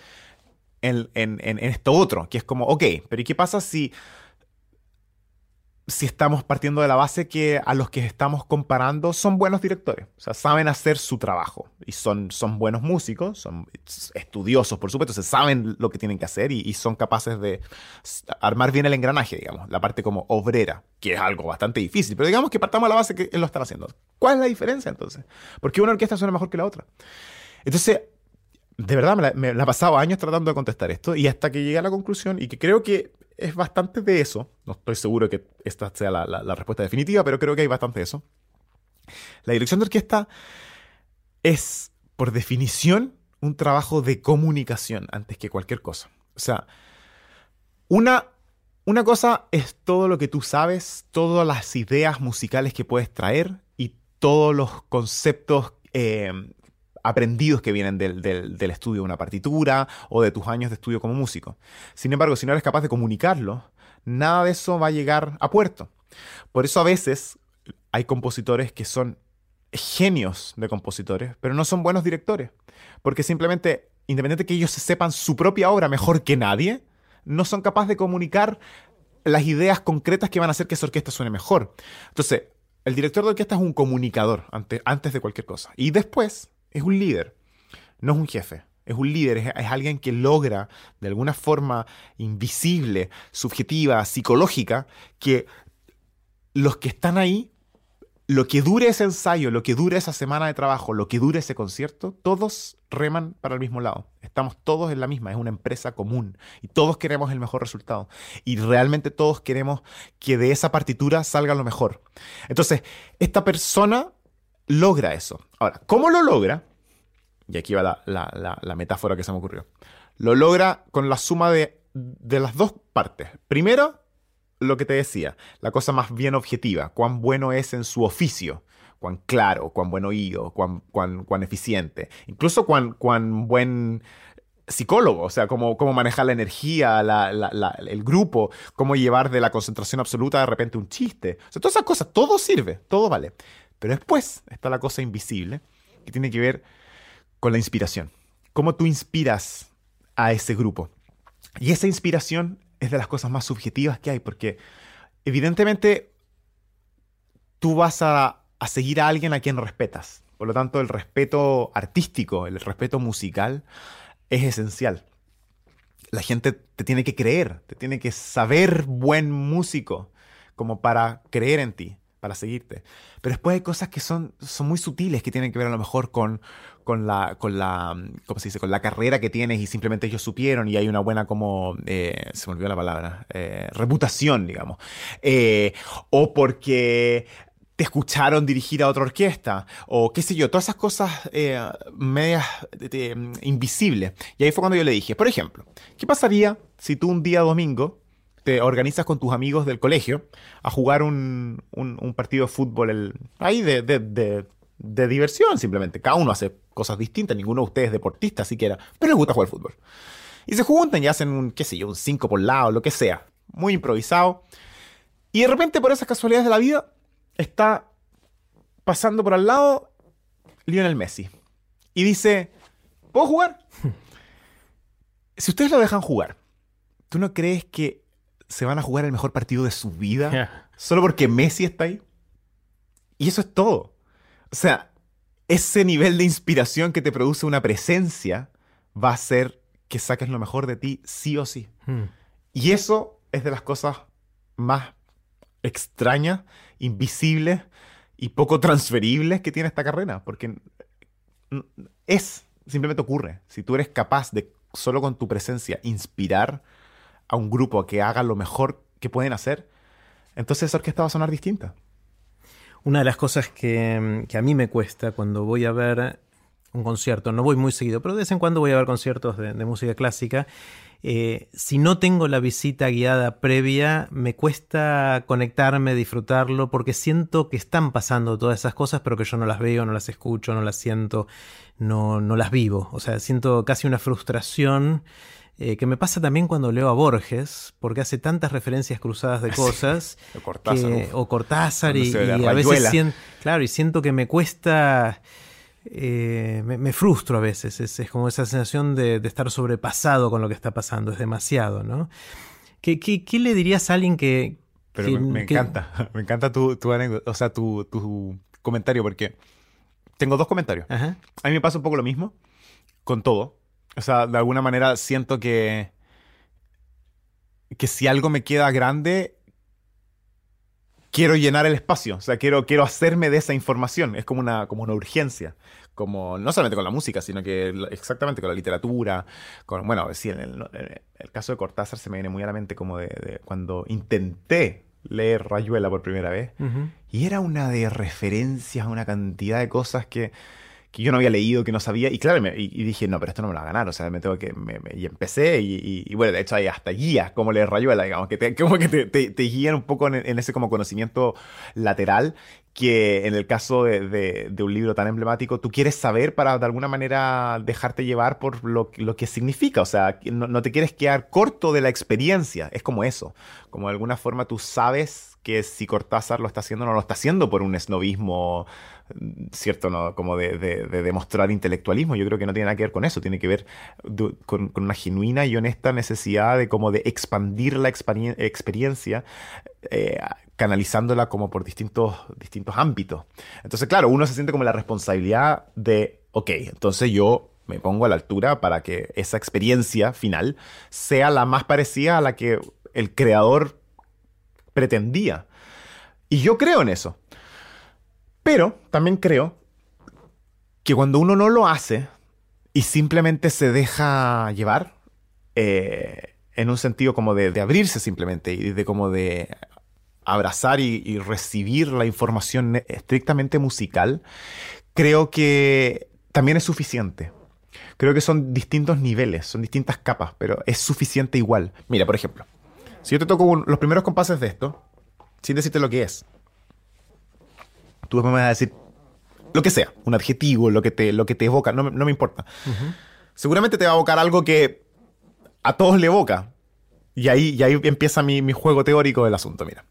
en, en- en- en esto otro, que es como, ok, pero ¿y qué pasa si, si estamos partiendo de la base que a los que estamos comparando son buenos directores? O sea, saben hacer su trabajo y son, son buenos músicos, son estudiosos, por supuesto, se saben lo que tienen que hacer y, y son capaces de s- armar bien el engranaje, digamos, la parte como obrera, que es algo bastante difícil, pero digamos que partamos de la base que lo están haciendo. ¿Cuál es la diferencia entonces? ¿Por qué una orquesta suena mejor que la otra? Entonces, de verdad, me la, me la he pasado años tratando de contestar esto y hasta que llegué a la conclusión y que creo que es bastante de eso. No estoy seguro que esta sea la, la- la respuesta definitiva, pero creo que hay bastante de eso. La dirección de orquesta es, por definición, un trabajo de comunicación antes que cualquier cosa. O sea, una, una cosa es todo lo que tú sabes, todas las ideas musicales que puedes traer y todos los conceptos eh, aprendidos que vienen del, del- del estudio de una partitura o de tus años de estudio como músico. Sin embargo, si no eres capaz de comunicarlo, nada de eso va a llegar a puerto. Por eso a veces hay compositores que son genios de compositores, pero no son buenos directores. Porque simplemente, independiente de que ellos se sepan su propia obra mejor que nadie, no son capaces de comunicar las ideas concretas que van a hacer que esa orquesta suene mejor. Entonces, el director de orquesta es un comunicador ante- antes de cualquier cosa. Y después es un líder, no es un jefe. Es un líder, es, es alguien que logra de alguna forma invisible, subjetiva, psicológica, que los que están ahí, lo que dure ese ensayo, lo que dure esa semana de trabajo, lo que dure ese concierto, todos reman para el mismo lado. Estamos todos en la misma, es una empresa común y todos queremos el mejor resultado. Y realmente todos queremos que de esa partitura salga lo mejor. Entonces, esta persona logra eso. Ahora, ¿cómo lo logra? Y aquí va la, la- la- la metáfora que se me ocurrió. Lo logra con la suma de, de las dos partes. Primero, lo que te decía, la cosa más bien objetiva, cuán bueno es en su oficio, cuán claro, cuán buen oído, cuán, cuán, cuán eficiente, incluso cuán, cuán buen psicólogo, o sea, cómo, cómo manejar la energía, la- la- la- el grupo, cómo llevar de la concentración absoluta de repente un chiste. O sea, todas esas cosas, todo sirve, todo vale. Pero después está la cosa invisible, que tiene que ver con la inspiración. Cómo tú inspiras a ese grupo. Y esa inspiración es de las cosas más subjetivas que hay, porque evidentemente tú vas a, a seguir a alguien a quien respetas. Por lo tanto, el respeto artístico, el respeto musical es esencial. la gente te tiene que creer, te tiene que saber buen músico como para creer en ti, para seguirte. Pero después hay cosas que son, son muy sutiles, que tienen que ver a lo mejor con, con la, con la, ¿cómo se dice? Con la carrera que tienes y simplemente ellos supieron y hay una buena como, eh, se me olvidó la palabra, eh, reputación, digamos. Eh, o porque te escucharon dirigir a otra orquesta, o qué sé yo, todas esas cosas eh, medias eh, invisibles. Y ahí fue cuando yo le dije, por ejemplo, ¿qué pasaría si tú un día domingo te organizas con tus amigos del colegio a jugar un, un, un partido de fútbol el, ahí de, de, de, de diversión simplemente? Cada uno hace cosas distintas, ninguno de ustedes es deportista siquiera, pero les gusta jugar fútbol. Y se juntan y hacen un, qué sé yo, un cinco por lado, lo que sea, muy improvisado. Y de repente, por esas casualidades de la vida, está pasando por al lado Lionel Messi. Y dice, ¿puedo jugar? Si ustedes lo dejan jugar, ¿tú no crees que se van a jugar el mejor partido de su vida Yeah. solo porque Messi está ahí? Y eso es todo. O sea, ese nivel de inspiración que te produce una presencia va a hacer que saques lo mejor de ti sí o sí. Hmm. Y eso es de las cosas más extrañas, invisibles y poco transferibles que tiene esta carrera. Porque es, simplemente ocurre. Si tú eres capaz de, solo con tu presencia, inspirar a un grupo a que haga lo mejor que pueden hacer, entonces esa orquesta va a sonar distinta. Una de las cosas que, que a mí me cuesta cuando voy a ver un concierto, no voy muy seguido, pero de vez en cuando voy a ver conciertos de, de música clásica, eh, si no tengo la visita guiada previa, me cuesta conectarme, disfrutarlo, porque siento que están pasando todas esas cosas, pero que yo no las veo, no las escucho, no las siento, no, no las vivo. O sea, siento casi una frustración. Eh, que me pasa también cuando leo a Borges, porque hace tantas referencias cruzadas de cosas. Sí, o Cortázar. Que, o Cortázar, y, se y a veces siento, claro, y siento que me cuesta, eh, me, me frustro a veces. Es, es como esa sensación de, de estar sobrepasado con lo que está pasando, es demasiado, ¿no? ¿Qué, qué, qué le dirías a alguien que... Pero que, me, me que... encanta, me encanta tu, tu anécdota, o sea, tu, tu comentario, porque tengo dos comentarios. Ajá. A mí me pasa un poco lo mismo con todo. O sea, de alguna manera siento que, que si algo me queda grande, quiero llenar el espacio. O sea, quiero, quiero hacerme de esa información. Es como una, como una urgencia. Como, no solamente con la música, sino que exactamente con la literatura. Con, bueno, sí, en el, en el caso de Cortázar se me viene muy a la mente como de, de cuando intenté leer Rayuela por primera vez. Uh-huh. Y era una de referencias, una cantidad de cosas que... que yo no había leído, que no sabía, y claro, me, y, y dije, no, pero esto no me lo va a ganar, o sea, me tengo que, me, me, y empecé, y, y, y bueno, de hecho hay hasta guías, como leer Rayuela, digamos, que te, como que te, te, te guían un poco en, en ese como conocimiento lateral, que en el caso de, de, de un libro tan emblemático, tú quieres saber para de alguna manera dejarte llevar por lo, lo que significa, o sea, no, no te quieres quedar corto de la experiencia, es como eso, como de alguna forma tú sabes que si Cortázar lo está haciendo, no lo está haciendo por un esnovismo, ¿cierto? ¿No? Como de, de, de demostrar intelectualismo. Yo creo que no tiene nada que ver con eso, tiene que ver de, con, con una genuina y honesta necesidad de como de expandir la experien- experiencia, eh, canalizándola como por distintos, distintos ámbitos. Entonces, claro, uno se siente como la responsabilidad de, ok, entonces yo me pongo a la altura para que esa experiencia final sea la más parecida a la que el creador pretendía. Y yo creo en eso. Pero también creo que cuando uno no lo hace y simplemente se deja llevar, eh, en un sentido como de, de abrirse simplemente y de como de abrazar y, y recibir la información estrictamente musical, creo que también es suficiente. Creo que son distintos niveles, son distintas capas, pero es suficiente igual. Mira, por ejemplo, si yo te toco un, los primeros compases de esto, sin decirte lo que es, tú me vas a decir lo que sea, un adjetivo, lo que te, lo que te evoca, no, no me importa. Uh-huh. Seguramente te va a evocar algo que a todos le evoca. Y ahí, y ahí empieza mi, mi juego teórico del asunto, mira.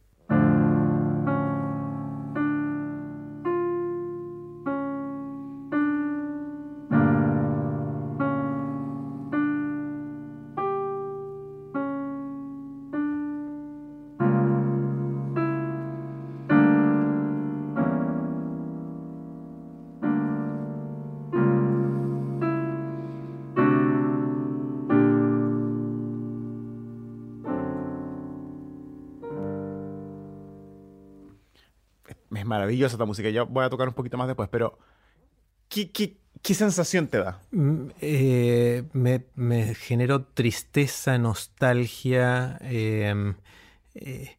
es maravillosa esta música. Ya voy a tocar un poquito más después, pero ¿qué, qué, qué sensación te da? Mm, eh, me, me generó tristeza, nostalgia, eh, eh,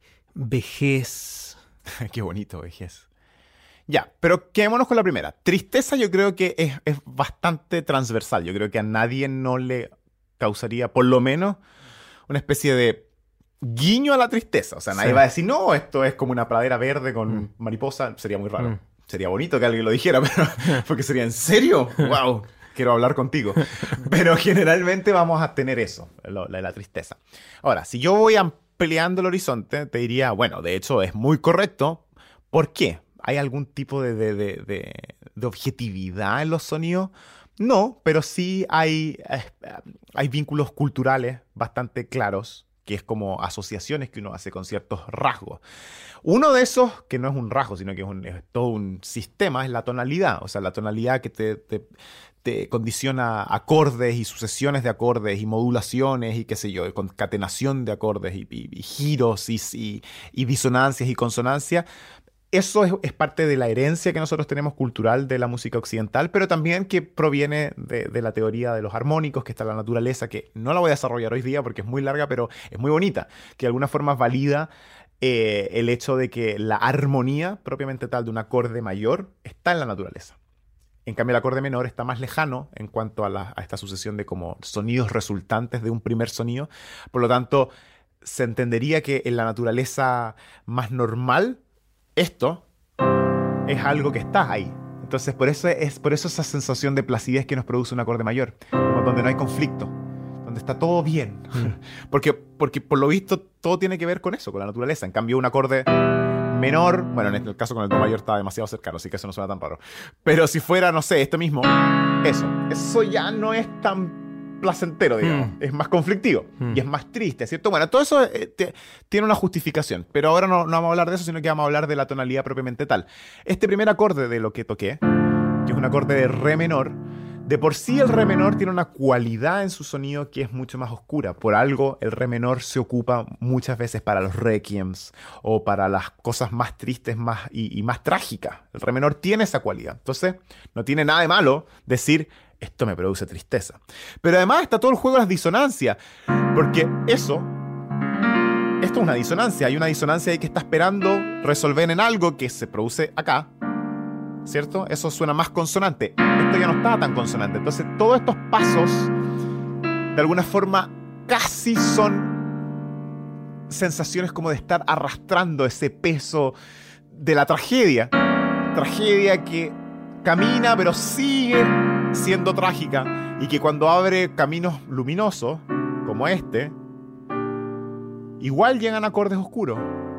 vejez. Qué bonito, vejez. Ya, pero quedémonos con la primera. Tristeza yo creo que es, es bastante transversal. Yo creo que a nadie no le causaría, por lo menos, una especie de guiño a la tristeza. O sea, nadie Sí. va a decir, no, esto es como una pradera verde con Mm. mariposa. Sería muy raro. Mm. Sería bonito que alguien lo dijera, pero porque sería, ¿en serio? ¡Wow! Quiero hablar contigo. Pero generalmente vamos a tener eso, lo- la, la tristeza. Ahora, si yo voy ampliando el horizonte, te diría, bueno, de hecho es muy correcto. ¿Por qué? ¿Hay algún tipo de, de, de, de, de objetividad en los sonidos? No, pero sí hay, eh, hay vínculos culturales bastante claros, que es como asociaciones que uno hace con ciertos rasgos. Uno de esos, que no es un rasgo, sino que es, un- es todo un sistema, es la tonalidad. O sea, la tonalidad que te, te, te condiciona acordes y sucesiones de acordes y modulaciones y qué sé yo, y concatenación de acordes y, y- y giros y, y- y disonancias y consonancias. Eso es, es parte de la herencia que nosotros tenemos cultural de la música occidental, pero también que proviene de, de la teoría de los armónicos, que está en la naturaleza, que no la voy a desarrollar hoy día porque es muy larga, pero es muy bonita, que de alguna forma valida eh, el hecho de que la armonía propiamente tal de un acorde mayor está en la naturaleza. En cambio, el acorde menor está más lejano en cuanto a, la- a esta sucesión de como sonidos resultantes de un primer sonido. Por lo tanto, se entendería que en la naturaleza más normal, esto es algo que está ahí. Entonces, por eso es por eso esa sensación de placidez que nos produce un acorde mayor, como donde no hay conflicto, donde está todo bien. Mm. Porque, porque por lo visto todo tiene que ver con eso, con la naturaleza. En cambio, un acorde menor, bueno, en el caso con el do mayor está demasiado cercano, así que eso no suena tan raro. Pero si fuera, no sé, esto mismo, eso, eso ya no es tan placentero, digamos. Mm. Es más conflictivo Mm. y es más triste, ¿cierto? Bueno, todo eso eh, te- tiene una justificación, pero ahora no, no vamos a hablar de eso, sino que vamos a hablar de la tonalidad propiamente tal. Este primer acorde de lo que toqué, que es un acorde de re menor, de por sí el re menor tiene una cualidad en su sonido que es mucho más oscura. Por algo el re menor se ocupa muchas veces para los requiems o para las cosas más tristes más, y, y más trágicas. El re menor tiene esa cualidad. Entonces no tiene nada de malo decir esto me produce tristeza. Pero además está todo el juego de las disonancias, porque eso... Esto es una disonancia. Hay una disonancia ahí que está esperando resolver en algo que se produce acá, ¿cierto? Eso suena más consonante. Esto ya no está tan consonante. Entonces, todos estos pasos, de alguna forma, casi son sensaciones como de estar arrastrando ese peso de la tragedia. Tragedia que camina, pero sigue siendo trágica. Y que cuando abre caminos luminosos, como este, igual llegan acordes oscuros.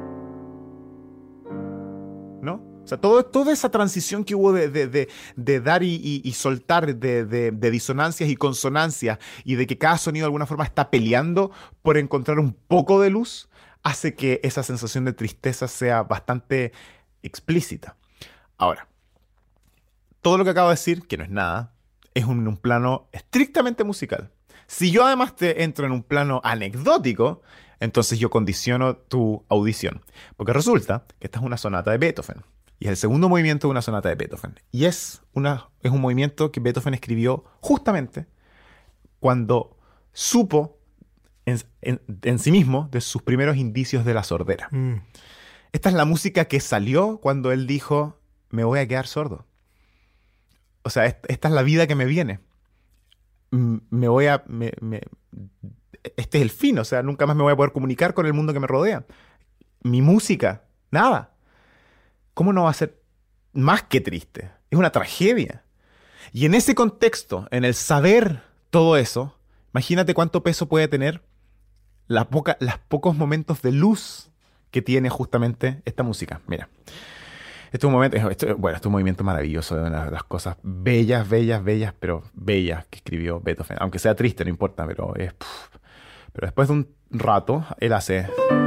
¿No? O sea, todo, toda esa transición que hubo de, de, de, de dar y, y, y soltar, de, de, de disonancias y consonancias, y de que cada sonido de alguna forma está peleando por encontrar un poco de luz, hace que esa sensación de tristeza sea bastante explícita. Ahora, todo lo que acabo de decir, que no es nada, es un, un plano estrictamente musical. Si yo además te entro en un plano anecdótico, entonces yo condiciono tu audición. Porque resulta que esta es una sonata de Beethoven. Y es el segundo movimiento de una sonata de Beethoven. Y es, una, es un movimiento que Beethoven escribió justamente cuando supo en, en, en sí mismo de sus primeros indicios de la sordera. Mm. Esta es la música que salió cuando él dijo, me voy a quedar sordo. O sea, esta, esta es la vida que me viene. M- Me voy a... me- me- este es el fin, o sea, nunca más me voy a poder comunicar con el mundo que me rodea. Mi música, nada. ¿Cómo no va a ser más que triste? Es una tragedia. Y en ese contexto, en el saber todo eso, imagínate cuánto peso puede tener la poca, los pocos momentos de luz que tiene justamente esta música. Mira, este es un momento, esto- bueno, este es un movimiento maravilloso, de una de las cosas bellas, bellas, bellas, pero bellas que escribió Beethoven. Aunque sea triste, no importa, pero es... puf. Pero después de un rato, él hace...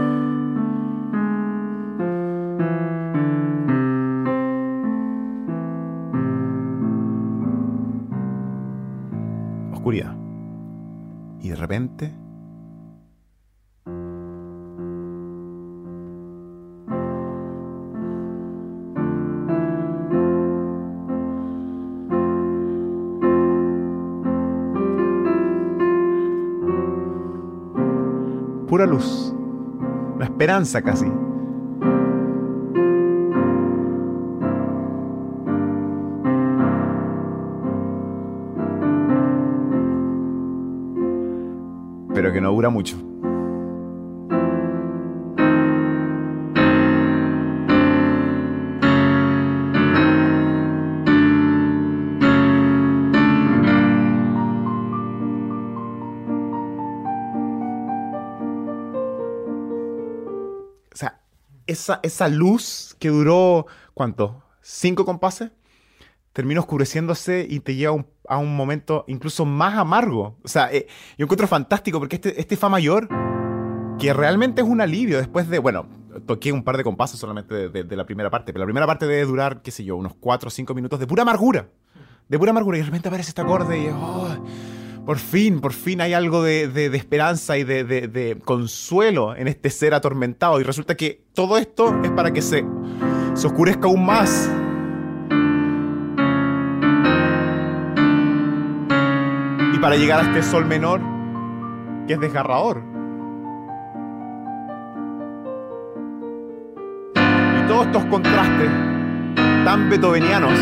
oscuridad. Y de repente... pura luz, una esperanza casi. Pero que no dura mucho. O sea, esa, esa luz que duró, ¿cuánto? ¿Cinco compases? Termina oscureciéndose y te lleva a un, a un momento incluso más amargo. O sea, eh, yo encuentro fantástico porque este, este Fa mayor, que realmente es un alivio después de, bueno, toqué un par de compases solamente de, de, de la primera parte, pero la primera parte debe durar, qué sé yo, unos cuatro o cinco minutos de pura amargura. De pura amargura. Y de repente aparece este acorde y, oh, por fin, por fin hay algo de, de, de esperanza y de, de, de consuelo en este ser atormentado. Y resulta que todo esto es para que se, se oscurezca aún más. Y para llegar a este sol menor, que es desgarrador. Y todos estos contrastes tan beethovenianos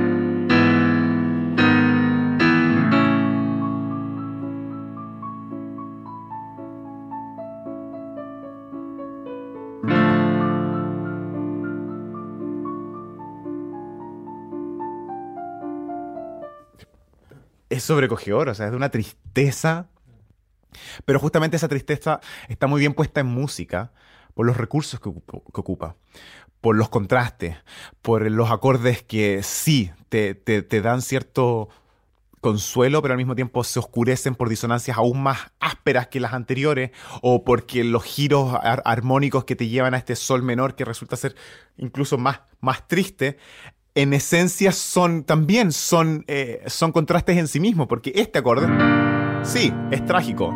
es sobrecogedor, o sea, es de una tristeza. Pero justamente esa tristeza está muy bien puesta en música por los recursos que, que ocupa, por los contrastes, por los acordes que sí te, te, te dan cierto consuelo, pero al mismo tiempo se oscurecen por disonancias aún más ásperas que las anteriores, o porque los giros ar armónicos que te llevan a este sol menor, que resulta ser incluso más, más triste, en esencia son también son, eh, son contrastes en sí mismos, porque este acorde, sí, es trágico.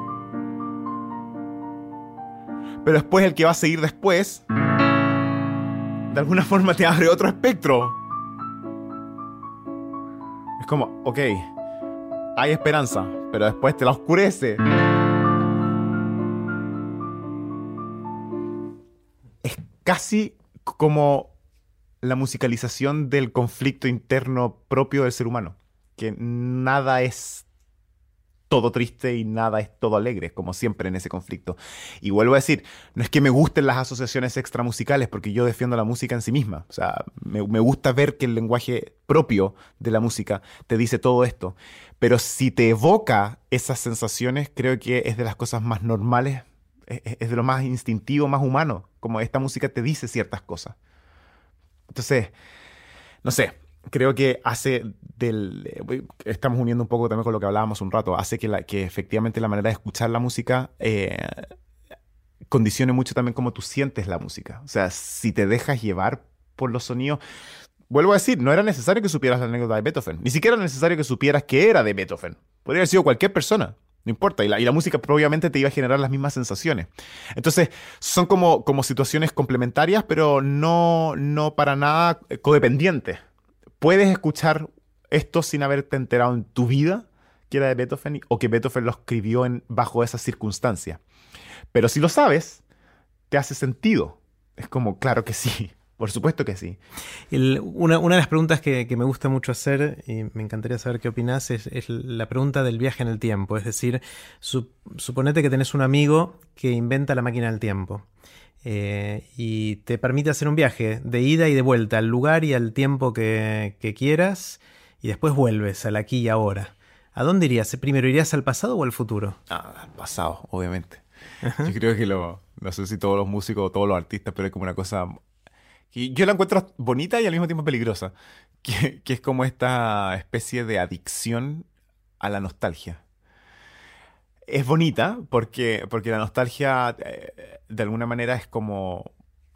Pero después el que va a seguir después, de alguna forma te abre otro espectro. Es como, ok, hay esperanza, pero después te la oscurece. Es casi como la musicalización del conflicto interno propio del ser humano, que nada es todo triste y nada es todo alegre, como siempre en ese conflicto. Y vuelvo a decir, no es que me gusten las asociaciones extramusicales, porque yo defiendo la música en sí misma. O sea, me, me gusta ver que el lenguaje propio de la música te dice todo esto. Pero si te evoca esas sensaciones, creo que es de las cosas más normales, es, es de lo más instintivo, más humano, como esta música te dice ciertas cosas. Entonces, no sé, creo que hace del... Estamos uniendo un poco también con lo que hablábamos un rato, hace que, la, que efectivamente la manera de escuchar la música eh, condicione mucho también cómo tú sientes la música. O sea, si te dejas llevar por los sonidos... Vuelvo a decir, no era necesario que supieras la anécdota de Beethoven, ni siquiera era necesario que supieras que era de Beethoven. Podría haber sido cualquier persona. No importa, y la, y la música obviamente te iba a generar las mismas sensaciones. Entonces, son como, como situaciones complementarias, pero no, no para nada codependientes. Puedes escuchar esto sin haberte enterado en tu vida que era de Beethoven o que Beethoven lo escribió en, bajo esas circunstancias. Pero si lo sabes, te hace sentido. Es como, claro que sí. Por supuesto que sí. El, una, una de las preguntas que, que me gusta mucho hacer, y me encantaría saber qué opinás, es, es la pregunta del viaje en el tiempo. Es decir, su, suponete que tenés un amigo que inventa la máquina del tiempo eh, y te permite hacer un viaje de ida y de vuelta al lugar y al tiempo que, que quieras, y después vuelves al aquí y ahora. ¿A dónde irías? ¿Primero irías al pasado o al futuro? Ah, al pasado, obviamente. Ajá. Yo creo que lo, no sé si todos los músicos o todos los artistas, pero es como una cosa... Y yo la encuentro bonita y al mismo tiempo peligrosa, que, que es como esta especie de adicción a la nostalgia. Es bonita porque, porque la nostalgia eh, de alguna manera es como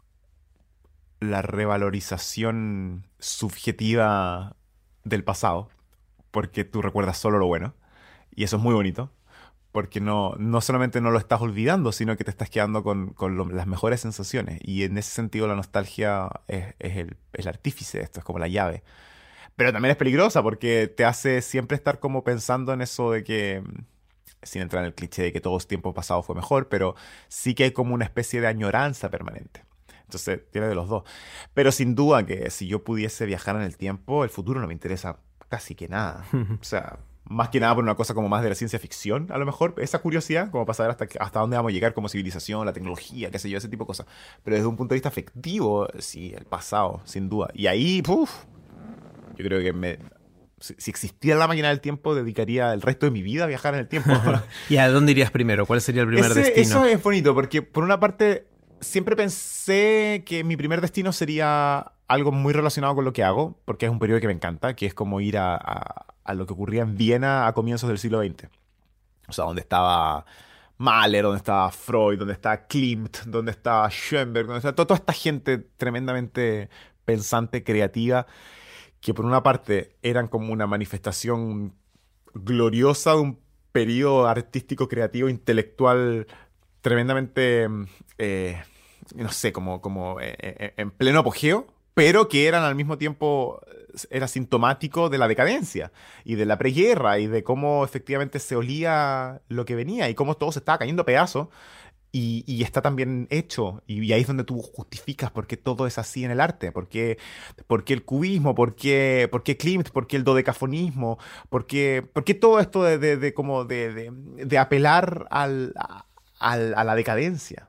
la revalorización subjetiva del pasado, porque tú recuerdas solo lo bueno, y eso es muy bonito. Porque no, no solamente no lo estás olvidando, sino que te estás quedando con, con lo, las mejores sensaciones. Y en ese sentido la nostalgia es, es el, el artífice de esto, es como la llave. Pero también es peligrosa porque te hace siempre estar como pensando en eso de que sin entrar en el cliché de que todo el tiempo pasado fue mejor, pero sí que hay como una especie de añoranza permanente. Entonces, tiene de los dos. Pero sin duda que si yo pudiese viajar en el tiempo, el futuro no me interesa casi que nada. O sea, más que nada por una cosa como más de la ciencia ficción, a lo mejor, esa curiosidad, como para saber hasta, hasta dónde vamos a llegar como civilización, la tecnología, qué sé yo, ese tipo de cosas. Pero desde un punto de vista afectivo, sí, el pasado, sin duda. Y ahí, puf, yo creo que me... Si, si existiera la máquina del tiempo, dedicaría el resto de mi vida a viajar en el tiempo. ¿Y a dónde irías primero? ¿Cuál sería el primer Ese, destino? Eso es bonito, porque por una parte siempre pensé que mi primer destino sería algo muy relacionado con lo que hago, porque es un periodo que me encanta, que es como ir a, a, a lo que ocurría en Viena a comienzos del siglo veinte. O sea, donde estaba Mahler, donde estaba Freud, donde estaba Klimt, donde estaba Schoenberg, donde estaba toda, toda esta gente tremendamente pensante, creativa, que por una parte eran como una manifestación gloriosa de un periodo artístico, creativo, intelectual tremendamente, eh, no sé, como, como eh, eh, en pleno apogeo, pero que eran al mismo tiempo, era sintomático de la decadencia y de la preguerra y de cómo efectivamente se olía lo que venía y cómo todo se estaba cayendo a pedazos. Y, y está tan bien hecho, y, y ahí es donde tú justificas por qué todo es así en el arte, por qué, por qué el cubismo, por qué, por qué Klimt, por qué el dodecafonismo, por qué, por qué todo esto de, de, de como de, de, de apelar al, a, al- a la decadencia.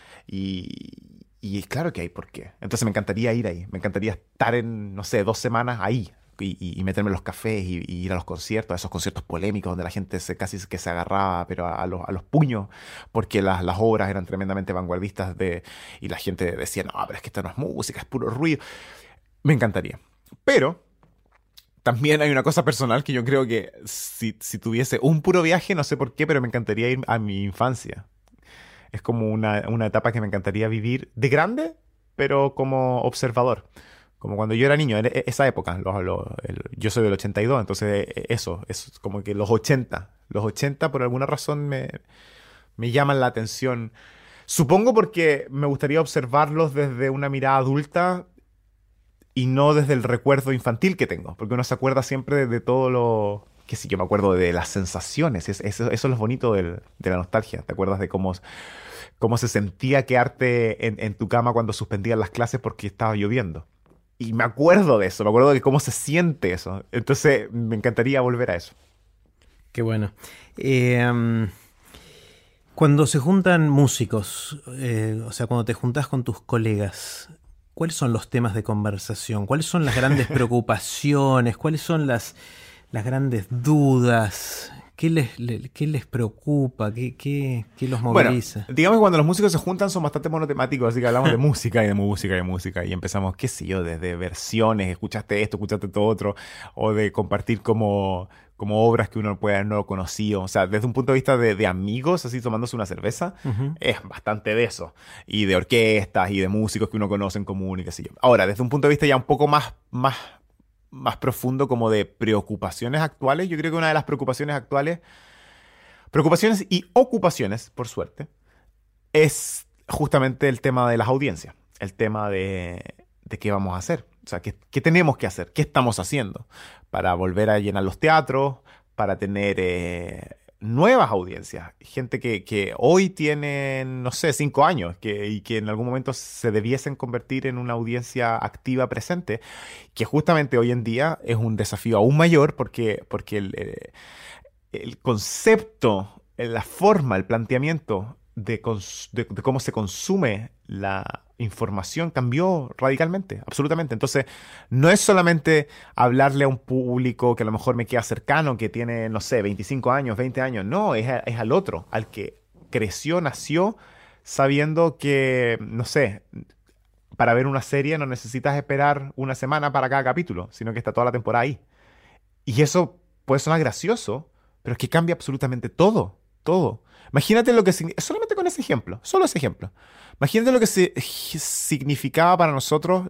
Y, y claro que hay por qué. Entonces me encantaría ir ahí, me encantaría estar en, no sé, dos semanas ahí. Y, y- y meterme en los cafés y, y ir a los conciertos, a esos conciertos polémicos donde la gente se, casi que se agarraba, pero a, a los, a los puños, porque las, las obras eran tremendamente vanguardistas de, y la gente decía, no, pero es que esto no es música, es puro ruido. Me encantaría. Pero también hay una cosa personal que yo creo que si, si tuviese un puro viaje, no sé por qué, pero me encantaría ir a mi infancia. Es como una, una etapa que me encantaría vivir de grande, pero como observador. Como cuando yo era niño, en e- esa época. Los- los- el- yo soy del ochenta y dos, entonces eh, eso, es como que los ochenta. Los ochenta por alguna razón me, me llaman la atención. Supongo porque me gustaría observarlos desde una mirada adulta y no desde el recuerdo infantil que tengo. Porque uno se acuerda siempre de, de todo lo... Que sí, yo me acuerdo de las sensaciones. Es- eso, eso es lo bonito del- de la nostalgia. ¿Te acuerdas de cómo cómo se sentía quedarte en, en tu cama cuando suspendían las clases porque estaba lloviendo? Y me acuerdo de eso, me acuerdo de cómo se siente eso. Entonces, me encantaría volver a eso. Qué bueno. Eh, um, cuando se juntan músicos, eh, o sea, cuando te juntás con tus colegas, ¿cuáles son los temas de conversación? ¿Cuáles son las grandes preocupaciones? ¿Cuáles son las, las grandes dudas? ¿Qué les, le- qué les preocupa? ¿Qué, qué, qué los Bueno, moviliza? digamos que cuando los músicos se juntan son bastante monotemáticos, así que hablamos de música y de música y de música y empezamos, qué sé yo, desde versiones, escuchaste esto, escuchaste todo otro, o de compartir como, como obras que uno puede haber no conocido. O sea, desde un punto de vista de, de amigos, así tomándose una cerveza, Ujú. es bastante de eso. Y de orquestas y de músicos que uno conoce en común y qué sé yo. Ahora, desde un punto de vista ya un poco más, más, más profundo como de preocupaciones actuales, yo creo que una de las preocupaciones actuales, preocupaciones y ocupaciones, por suerte, es justamente el tema de las audiencias, el tema de, de qué vamos a hacer, o sea, qué, qué tenemos que hacer, qué estamos haciendo para volver a llenar los teatros, para tener eh, nuevas audiencias, gente que, que hoy tienen, no sé, cinco años que, y que en algún momento se debiesen convertir en una audiencia activa presente, que justamente hoy en día es un desafío aún mayor porque, porque el, eh, el concepto, eh, la forma, el planteamiento de, cons- de- de cómo se consume la información cambió radicalmente, absolutamente. Entonces, no es solamente hablarle a un público que a lo mejor me queda cercano, que tiene, no sé, veinticinco años, veinte años. No, es, a- es al otro, al que creció, nació sabiendo que, no sé, para ver una serie no necesitas esperar una semana para cada capítulo, sino que está toda la temporada ahí. Y eso puede sonar gracioso, pero es que cambia absolutamente todo, todo. Imagínate lo que signi- solamente con ese ejemplo, solo ese ejemplo. Imagínate lo que se- significaba para nosotros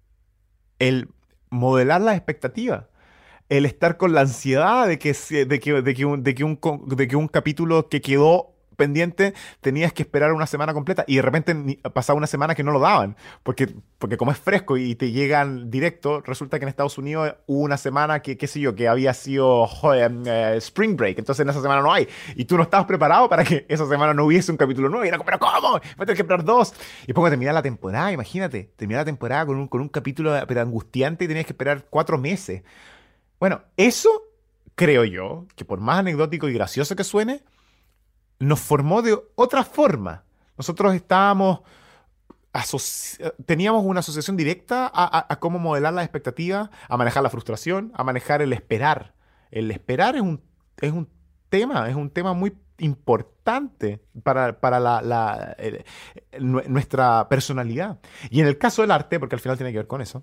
el modelar las expectativas, el estar con la ansiedad de que, se- de que, de que un, de que un, co- de que un capítulo que quedó pendiente, tenías que esperar una semana completa y de repente ni- pasaba una semana que no lo daban, porque, porque como es fresco y te llegan directo, resulta que en Estados Unidos hubo una semana que, qué sé yo, que había sido joder, eh, Spring Break, entonces en esa semana no hay, y tú no estabas preparado para que esa semana no hubiese un capítulo nuevo, y era como, pero ¿cómo? Voy a tener que esperar dos. Y después cuando terminaba la temporada, imagínate, terminaba la temporada con un, con un capítulo pero angustiante y tenías que esperar cuatro meses. Bueno, eso creo yo, que por más anecdótico y gracioso que suene, nos formó de otra forma. Nosotros estábamos, asoci- teníamos una asociación directa a, a- a cómo modelar las expectativas, a manejar la frustración, a manejar el esperar. El esperar es un, es un tema, es un tema muy importante para, para la, la- el- nu- nuestra personalidad. Y en el caso del arte, porque al final tiene que ver con eso,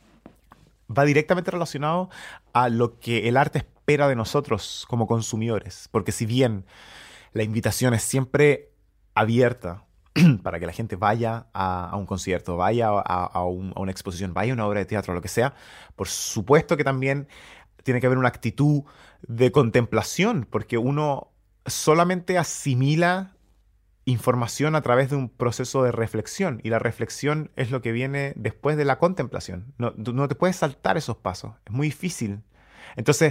va directamente relacionado a lo que el arte espera de nosotros como consumidores. Porque si bien la invitación es siempre abierta para que la gente vaya a, a un concierto, vaya a, a un- a una exposición, vaya a una obra de teatro, lo que sea, por supuesto que también tiene que haber una actitud de contemplación, porque uno solamente asimila información a través de un proceso de reflexión, y la reflexión es lo que viene después de la contemplación. No, tú no te puedes saltar esos pasos, es muy difícil. Entonces,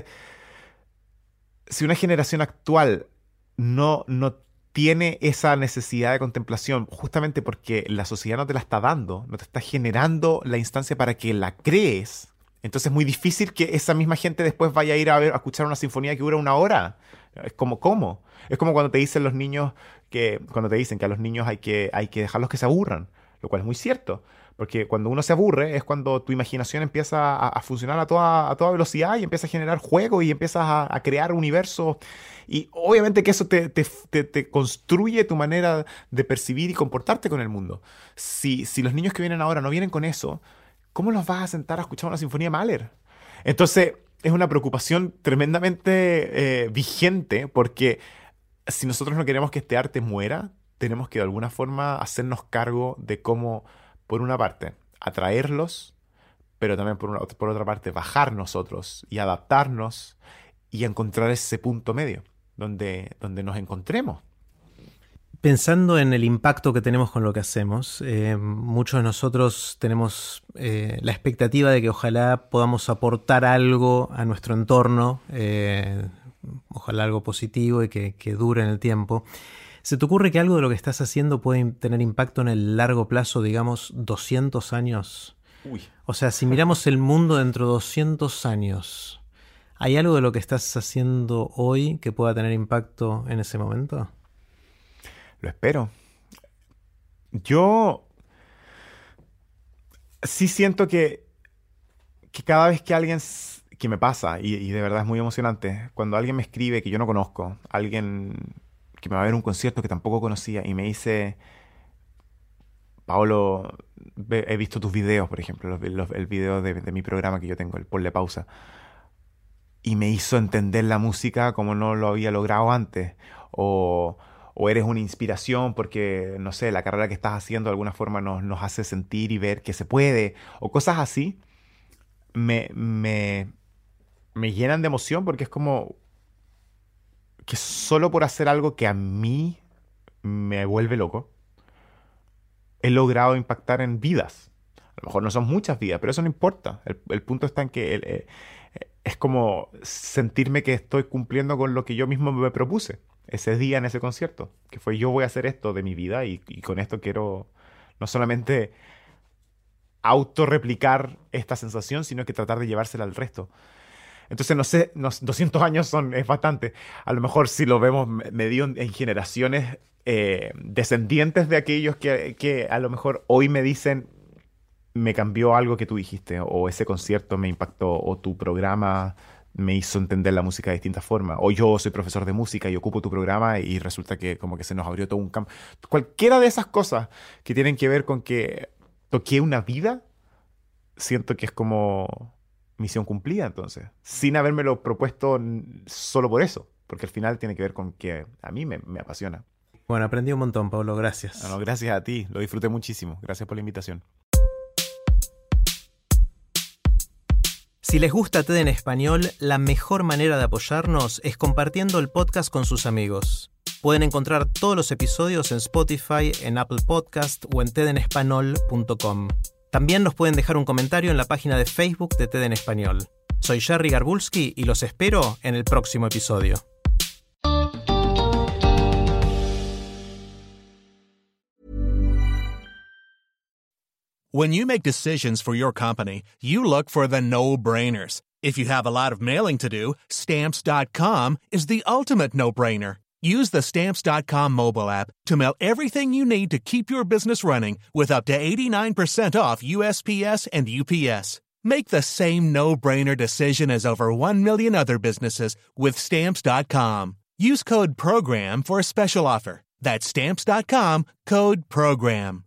si una generación actual no, no tiene esa necesidad de contemplación, justamente porque la sociedad no te la está dando, no te está generando la instancia para que la crees, entonces es muy difícil que esa misma gente después vaya a ir a ver, a escuchar una sinfonía que dura una hora. Es como, ¿cómo? Es como cuando te dicen los niños que, cuando te dicen que a los niños hay que, hay que dejarlos que se aburran, lo cual es muy cierto. Porque cuando uno se aburre es cuando tu imaginación empieza a, a funcionar a toda, a toda velocidad y empieza a generar juegos y empiezas a, a crear universos. Y obviamente que eso te, te- te- te construye tu manera de percibir y comportarte con el mundo. Si, si los niños que vienen ahora no vienen con eso, ¿cómo los vas a sentar a escuchar una sinfonía de Mahler? Entonces, es una preocupación tremendamente eh, vigente porque si nosotros no queremos que este arte muera, tenemos que de alguna forma hacernos cargo de cómo, por una parte, atraerlos, pero también por, una, por otra parte, bajar nosotros y adaptarnos y encontrar ese punto medio donde, donde nos encontremos. Pensando en el impacto que tenemos con lo que hacemos, eh, muchos de nosotros tenemos eh, la expectativa de que ojalá podamos aportar algo a nuestro entorno, eh, ojalá algo positivo y que, que dure en el tiempo. ¿Se te ocurre que algo de lo que estás haciendo puede tener impacto en el largo plazo, digamos, doscientos años? Uy. O sea, si miramos el mundo dentro de doscientos años, ¿hay algo de lo que estás haciendo hoy que pueda tener impacto en ese momento? Lo espero. Yo sí siento que, que cada vez que alguien, s- que me pasa, y, y de verdad es muy emocionante, cuando alguien me escribe que yo no conozco, alguien que me va a ver un concierto que tampoco conocía y me dice, Paolo, ve- he visto tus videos, por ejemplo, los, vi- los- el video de, de mi programa que yo tengo, el Ponle Pausa, y me hizo entender la música como no lo había logrado antes. O, o eres una inspiración porque, no sé, la carrera que estás haciendo de alguna forma nos, nos hace sentir y ver que se puede. O cosas así, me, me, me llenan de emoción porque es como que solo por hacer algo que a mí me vuelve loco, he logrado impactar en vidas. A lo mejor no son muchas vidas, pero eso no importa. El, el punto está en que el- eh, eh, es como sentirme que estoy cumpliendo con lo que yo mismo me propuse ese día en ese concierto, que fue yo voy a hacer esto de mi vida y, y con esto quiero no solamente autorreplicar esta sensación, sino que tratar de llevársela al resto. Entonces, no sé, nos- doscientos años son, es bastante. A lo mejor si lo vemos me- medido en, en generaciones eh, descendientes de aquellos que, que a lo mejor hoy me dicen, me cambió algo que tú dijiste, o ese concierto me impactó, o tu programa me hizo entender la música de distintas formas, o yo soy profesor de música y ocupo tu programa y resulta que como que se nos abrió todo un campo. Cualquiera de esas cosas que tienen que ver con que toqué una vida, siento que es como misión cumplida entonces, sin habérmelo propuesto n- solo por eso, porque al final tiene que ver con que a mí me, me apasiona. Bueno, aprendí un montón, Pablo, gracias. No, no, gracias a ti, lo disfruté muchísimo, gracias por la invitación. Si les gusta T E D en Español, la mejor manera de apoyarnos es compartiendo el podcast con sus amigos. Pueden encontrar todos los episodios en Spotify, en Apple Podcast o en ted en español punto com. También nos pueden dejar un comentario en la página de Facebook de TED en Español. Soy Jerry Garbulski y los espero en el próximo episodio. When you make decisions for your company, you look for the no-brainers. If you have a lot of mailing to do, Stamps dot com is the ultimate no-brainer. Use the Stamps dot com mobile app to mail everything you need to keep your business running with up to eighty-nine percent off U S P S and U P S. Make the same no-brainer decision as over one million other businesses with Stamps dot com. Use code PROGRAM for a special offer. That's Stamps dot com, code PROGRAM.